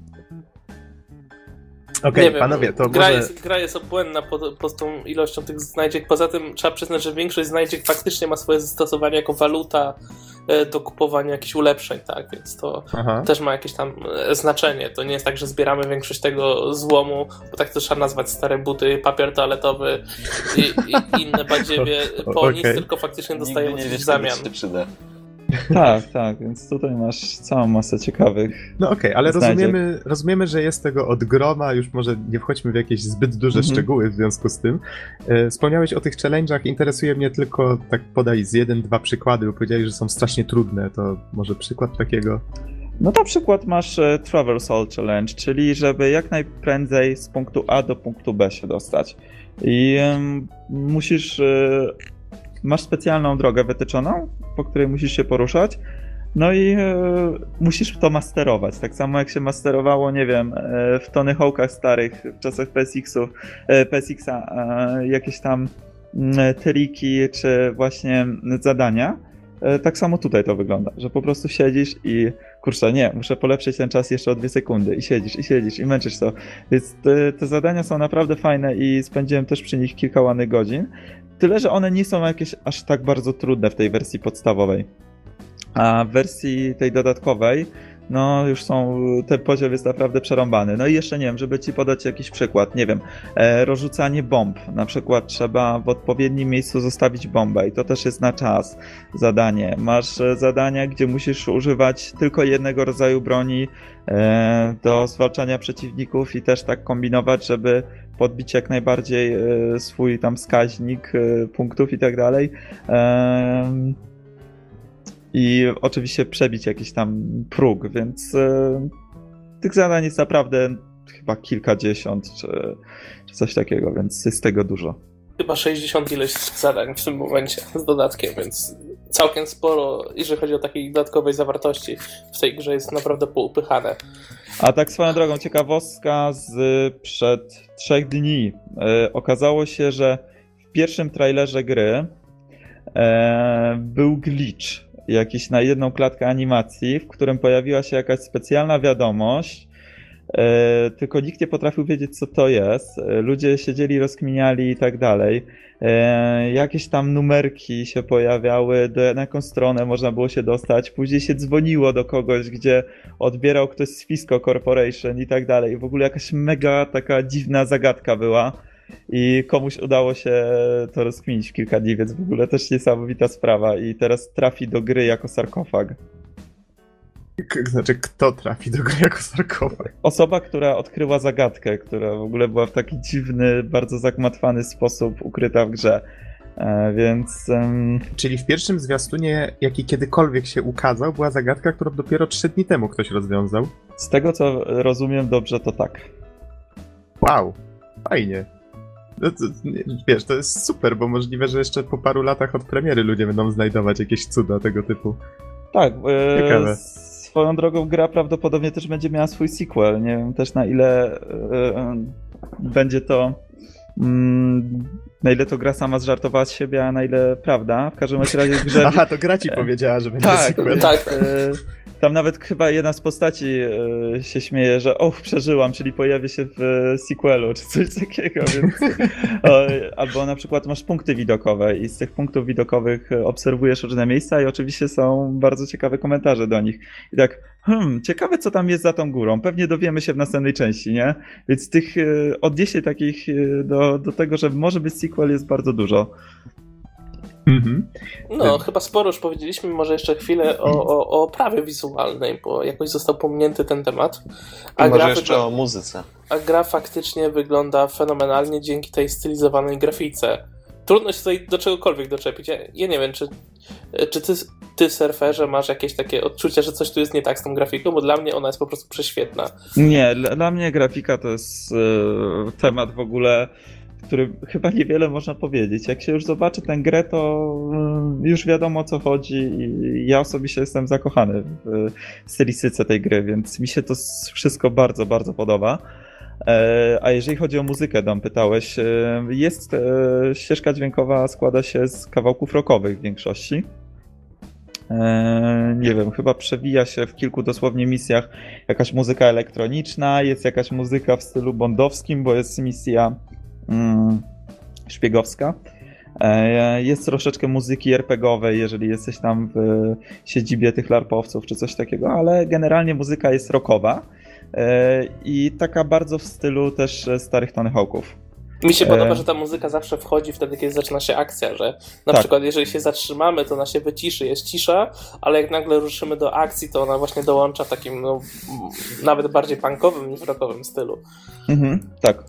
Okej, Nie wiem, panowie, to gra, może... jest, gra jest obłędna pod, pod tą ilością tych znajdziek. Poza tym trzeba przyznać, że większość znajdziek faktycznie ma swoje zastosowanie jako waluta e, do kupowania jakichś ulepszeń, tak? Więc to Aha. też ma jakieś tam e, znaczenie. To nie jest tak, że zbieramy większość tego złomu, bo tak to trzeba nazwać stare buty, papier toaletowy i, i inne badziewie po Okej. nic, tylko faktycznie dostajemy Nigdy nie coś w wiesz, zamian. kiedy ci się przyda. Tak, tak, więc tutaj masz całą masę ciekawych. No okej, ale znajdziek. rozumiemy, rozumiemy, że jest tego od groma, już może nie wchodźmy w jakieś zbyt duże Mhm. szczegóły w związku z tym. E, Wspomniałeś o tych challenge'ach, interesuje mnie tylko, tak podaj z jeden, dwa przykłady, bo powiedziałeś, że są strasznie trudne, to może przykład takiego? No na przykład masz e, Traversal Challenge, czyli żeby jak najprędzej z punktu A do punktu B się dostać. I em, musisz... E, masz specjalną drogę wytyczoną, po której musisz się poruszać, no i e, musisz to masterować. Tak samo jak się masterowało, nie wiem, e, w Tony Hawk'ach starych, w czasach P S X-ów, e, P S X-a, e, jakieś tam mm, triki, czy właśnie zadania. E, tak samo tutaj to wygląda, że po prostu siedzisz i kurczę, nie, muszę polepszyć ten czas jeszcze o dwie sekundy i siedzisz, i siedzisz, i męczysz to. Więc te, te zadania są naprawdę fajne i spędziłem też przy nich kilka ładnych godzin. Tyle, że one nie są jakieś aż tak bardzo trudne w tej wersji podstawowej. A w wersji tej dodatkowej, no już są, ten poziom jest naprawdę przerąbany. No i jeszcze nie wiem, żeby ci podać jakiś przykład, nie wiem, e, rozrzucanie bomb. Na przykład trzeba w odpowiednim miejscu zostawić bombę i to też jest na czas zadanie. Masz e, zadania, gdzie musisz używać tylko jednego rodzaju broni e, do zwalczania przeciwników i też tak kombinować, żeby podbić jak najbardziej e, swój tam wskaźnik e, punktów i tak dalej. E, I oczywiście przebić jakiś tam próg, więc e, tych zadań jest naprawdę chyba kilkadziesiąt czy, czy coś takiego, więc jest tego dużo. Chyba sześćdziesiąt ileś zadań w tym momencie z dodatkiem, więc całkiem sporo, jeżeli chodzi o takiej dodatkowej zawartości w tej grze jest naprawdę poupychane. A tak swoją drogą, ciekawostka z przed trzech dni. E, okazało się, że w pierwszym trailerze gry e, był glitch jakiś na jedną klatkę animacji, w którym pojawiła się jakaś specjalna wiadomość, e, tylko nikt nie potrafił wiedzieć, co to jest. E, ludzie siedzieli, rozkminiali i tak dalej. E, jakieś tam numerki się pojawiały, do, na jaką stronę można było się dostać. Później się dzwoniło do kogoś, gdzie odbierał ktoś z Fisco Corporation i tak dalej. W ogóle jakaś mega taka dziwna zagadka była. I komuś udało się to rozkminić w kilka dni, więc w ogóle też niesamowita sprawa. I teraz trafi do gry jako sarkofag. K- znaczy, kto trafi do gry jako sarkofag? Osoba, która odkryła zagadkę, która w ogóle była w taki dziwny, bardzo zagmatwany sposób ukryta w grze. E, więc... Um... Czyli w pierwszym zwiastunie, jaki kiedykolwiek się ukazał, była zagadka, którą dopiero trzy dni temu ktoś rozwiązał? Z tego, co rozumiem dobrze, to tak. Wow, fajnie. No to, wiesz, to jest super, bo możliwe, że jeszcze po paru latach od premiery ludzie będą znajdować jakieś cuda tego typu. Tak, Ciekawe. e, swoją drogą gra prawdopodobnie też będzie miała swój sequel. Nie wiem też na ile e, będzie to mm, na ile to gra sama zżartowała z siebie, a na ile prawda. W każdym razie w grze... Aha, to gra ci powiedziała, że będzie tak, sequel. Tak. E, tam nawet chyba jedna z postaci e, się śmieje, że och, przeżyłam, czyli pojawi się w e, sequelu, czy coś takiego, więc... e, albo na przykład masz punkty widokowe i z tych punktów widokowych obserwujesz różne miejsca i oczywiście są bardzo ciekawe komentarze do nich. I tak, hmm, ciekawe co tam jest za tą górą, pewnie dowiemy się w następnej części, nie? Więc tych e, odniesień takich e, do, do tego, że może być sequel jest bardzo dużo. Mhm. No, chyba sporo już powiedzieliśmy, może jeszcze chwilę o, o, o oprawie wizualnej, bo jakoś został pominięty ten temat. A może gra jeszcze wygl- o muzyce. A gra faktycznie wygląda fenomenalnie dzięki tej stylizowanej grafice. Trudno się tutaj do czegokolwiek doczepić. Ja, ja nie wiem, czy, czy ty, ty, surferze, masz jakieś takie odczucia, że coś tu jest nie tak z tą grafiką, bo dla mnie ona jest po prostu prześwietna. Nie, dla, dla mnie grafika to jest e, temat w ogóle, który chyba niewiele można powiedzieć. Jak się już zobaczy tę grę, to e, już wiadomo o co chodzi i ja osobiście jestem zakochany w stylistyce tej gry, więc mi się to wszystko bardzo, bardzo podoba. E, a jeżeli chodzi o muzykę, Dom, pytałeś, e, jest e, ścieżka dźwiękowa składa się z kawałków rockowych w większości. E, nie wiem, chyba przewija się w kilku dosłownie misjach jakaś muzyka elektroniczna, jest jakaś muzyka w stylu bondowskim, bo jest misja mm, szpiegowska. E, jest troszeczkę muzyki er pe gie owej, jeżeli jesteś tam w siedzibie tych larpowców czy coś takiego, ale generalnie muzyka jest rockowa e, i taka bardzo w stylu też starych Tony Hawków. Mi się podoba, E... że ta muzyka zawsze wchodzi wtedy, kiedy zaczyna się akcja, że na tak. przykład jeżeli się zatrzymamy, to ona się wyciszy, jest cisza, ale jak nagle ruszymy do akcji, to ona właśnie dołącza w takim no, nawet bardziej punkowym niż rockowym stylu. Mhm, tak.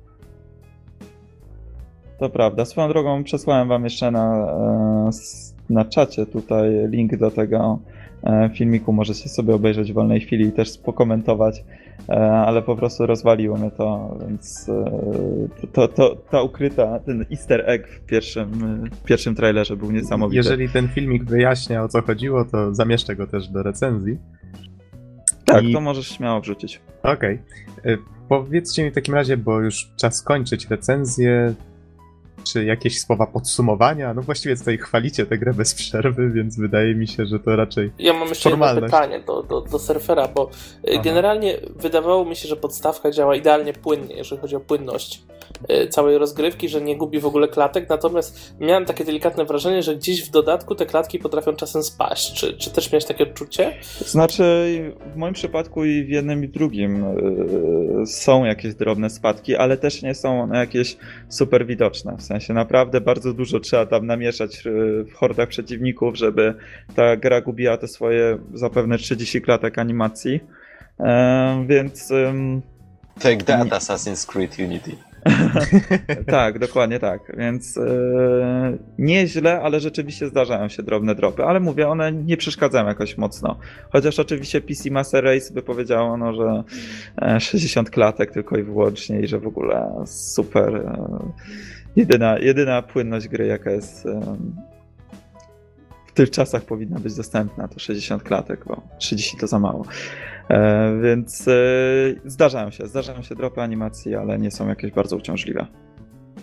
To prawda. Swoją drogą przesłałem wam jeszcze na, na czacie tutaj link do tego filmiku. Możecie sobie obejrzeć w wolnej chwili i też pokomentować, ale po prostu rozwaliło mnie to, więc to, to, ta ukryta, ten easter egg w pierwszym, w pierwszym trailerze był niesamowity. Jeżeli ten filmik wyjaśnia, o co chodziło, to zamieszczę go też do recenzji. Tak, I... to możesz śmiało wrzucić. Okej. Okay. Powiedzcie mi w takim razie, bo już czas kończyć recenzję, czy jakieś słowa podsumowania? No właściwie tutaj chwalicie tę grę bez przerwy, więc wydaje mi się, że to raczej Ja mam jeszcze jedno pytanie do, do, do surfera, bo Aha. generalnie wydawało mi się, że podstawka działa idealnie płynnie, jeżeli chodzi o płynność całej rozgrywki, że nie gubi w ogóle klatek, natomiast miałem takie delikatne wrażenie, że gdzieś w dodatku te klatki potrafią czasem spaść. Czy, czy też miałeś takie odczucie? Znaczy, w moim przypadku i w jednym i w drugim yy, są jakieś drobne spadki, ale też nie są one jakieś super widoczne. W sensie naprawdę bardzo dużo trzeba tam namieszać w hordach przeciwników, żeby ta gra gubiła te swoje zapewne trzydzieści klatek animacji. Yy, więc... Yy, Take that, Assassin's Creed Unity. Tak, dokładnie tak, więc yy, nieźle, ale rzeczywiście zdarzają się drobne dropy, ale mówię, one nie przeszkadzają jakoś mocno, chociaż oczywiście P C Master Race by powiedziało, no, że sześćdziesiąt klatek tylko i wyłącznie i że w ogóle super, yy, jedyna, jedyna płynność gry jaka jest yy, w tych czasach powinna być dostępna, to sześćdziesiąt klatek, bo trzydzieści to za mało. E, więc e, zdarzają się, zdarzają się dropy animacji, ale nie są jakieś bardzo uciążliwe.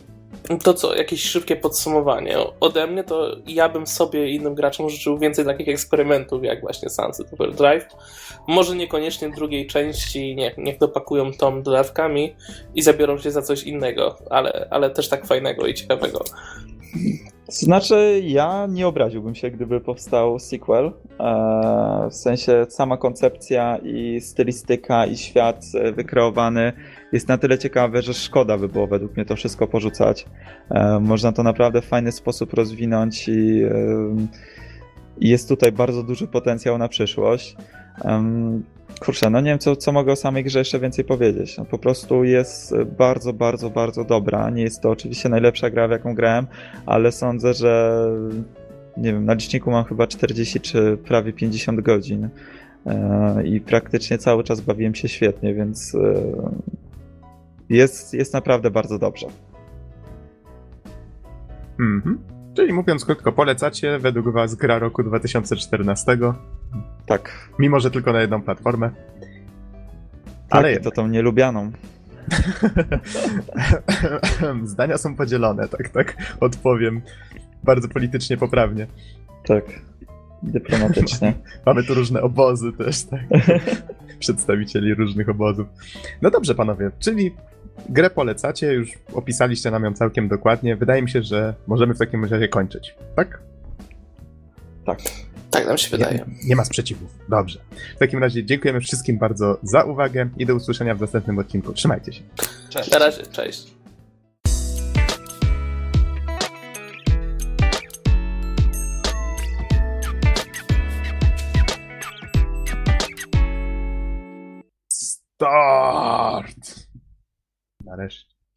To co, jakieś szybkie podsumowanie. Ode mnie to ja bym sobie i innym graczom życzył więcej takich eksperymentów jak właśnie Sunset Overdrive. Może niekoniecznie drugiej części, nie, niech dopakują tom dodatkami i zabiorą się za coś innego, ale, ale też tak fajnego i ciekawego. Znaczy, ja nie obraziłbym się, gdyby powstał sequel. Eee, w sensie sama koncepcja i stylistyka i świat wykreowany jest na tyle ciekawy, że szkoda by było według mnie to wszystko porzucać. Eee, można to naprawdę w fajny sposób rozwinąć i, eee, jest tutaj bardzo duży potencjał na przyszłość. Eee, Kurczę, no nie wiem, co, co mogę o samej grze jeszcze więcej powiedzieć. No, po prostu jest bardzo, bardzo, bardzo dobra. Nie jest to oczywiście najlepsza gra, w jaką grałem, ale sądzę, że nie wiem, na liczniku mam chyba czterdzieści czy prawie pięćdziesiąt godzin yy, i praktycznie cały czas bawiłem się świetnie, więc yy, jest, jest naprawdę bardzo dobrze. Mhm. Czyli mówiąc krótko, polecacie według was gra roku dwa tysiące czternastego? Tak. Mimo, że tylko na jedną platformę. Tak, Ale i to tą nielubianą. Zdania są podzielone, tak, tak odpowiem. Bardzo politycznie poprawnie. Tak, dyplomatycznie. Mamy tu różne obozy też, tak. Przedstawicieli różnych obozów. No dobrze, panowie, czyli grę polecacie, już opisaliście nam ją całkiem dokładnie. Wydaje mi się, że możemy w takim razie kończyć, tak? Tak. Tak nam się wydaje. Nie, nie ma sprzeciwów. Dobrze. W takim razie dziękujemy wszystkim bardzo za uwagę i do usłyszenia w następnym odcinku. Trzymajcie się. Cześć. Na razie, cześć. Stop!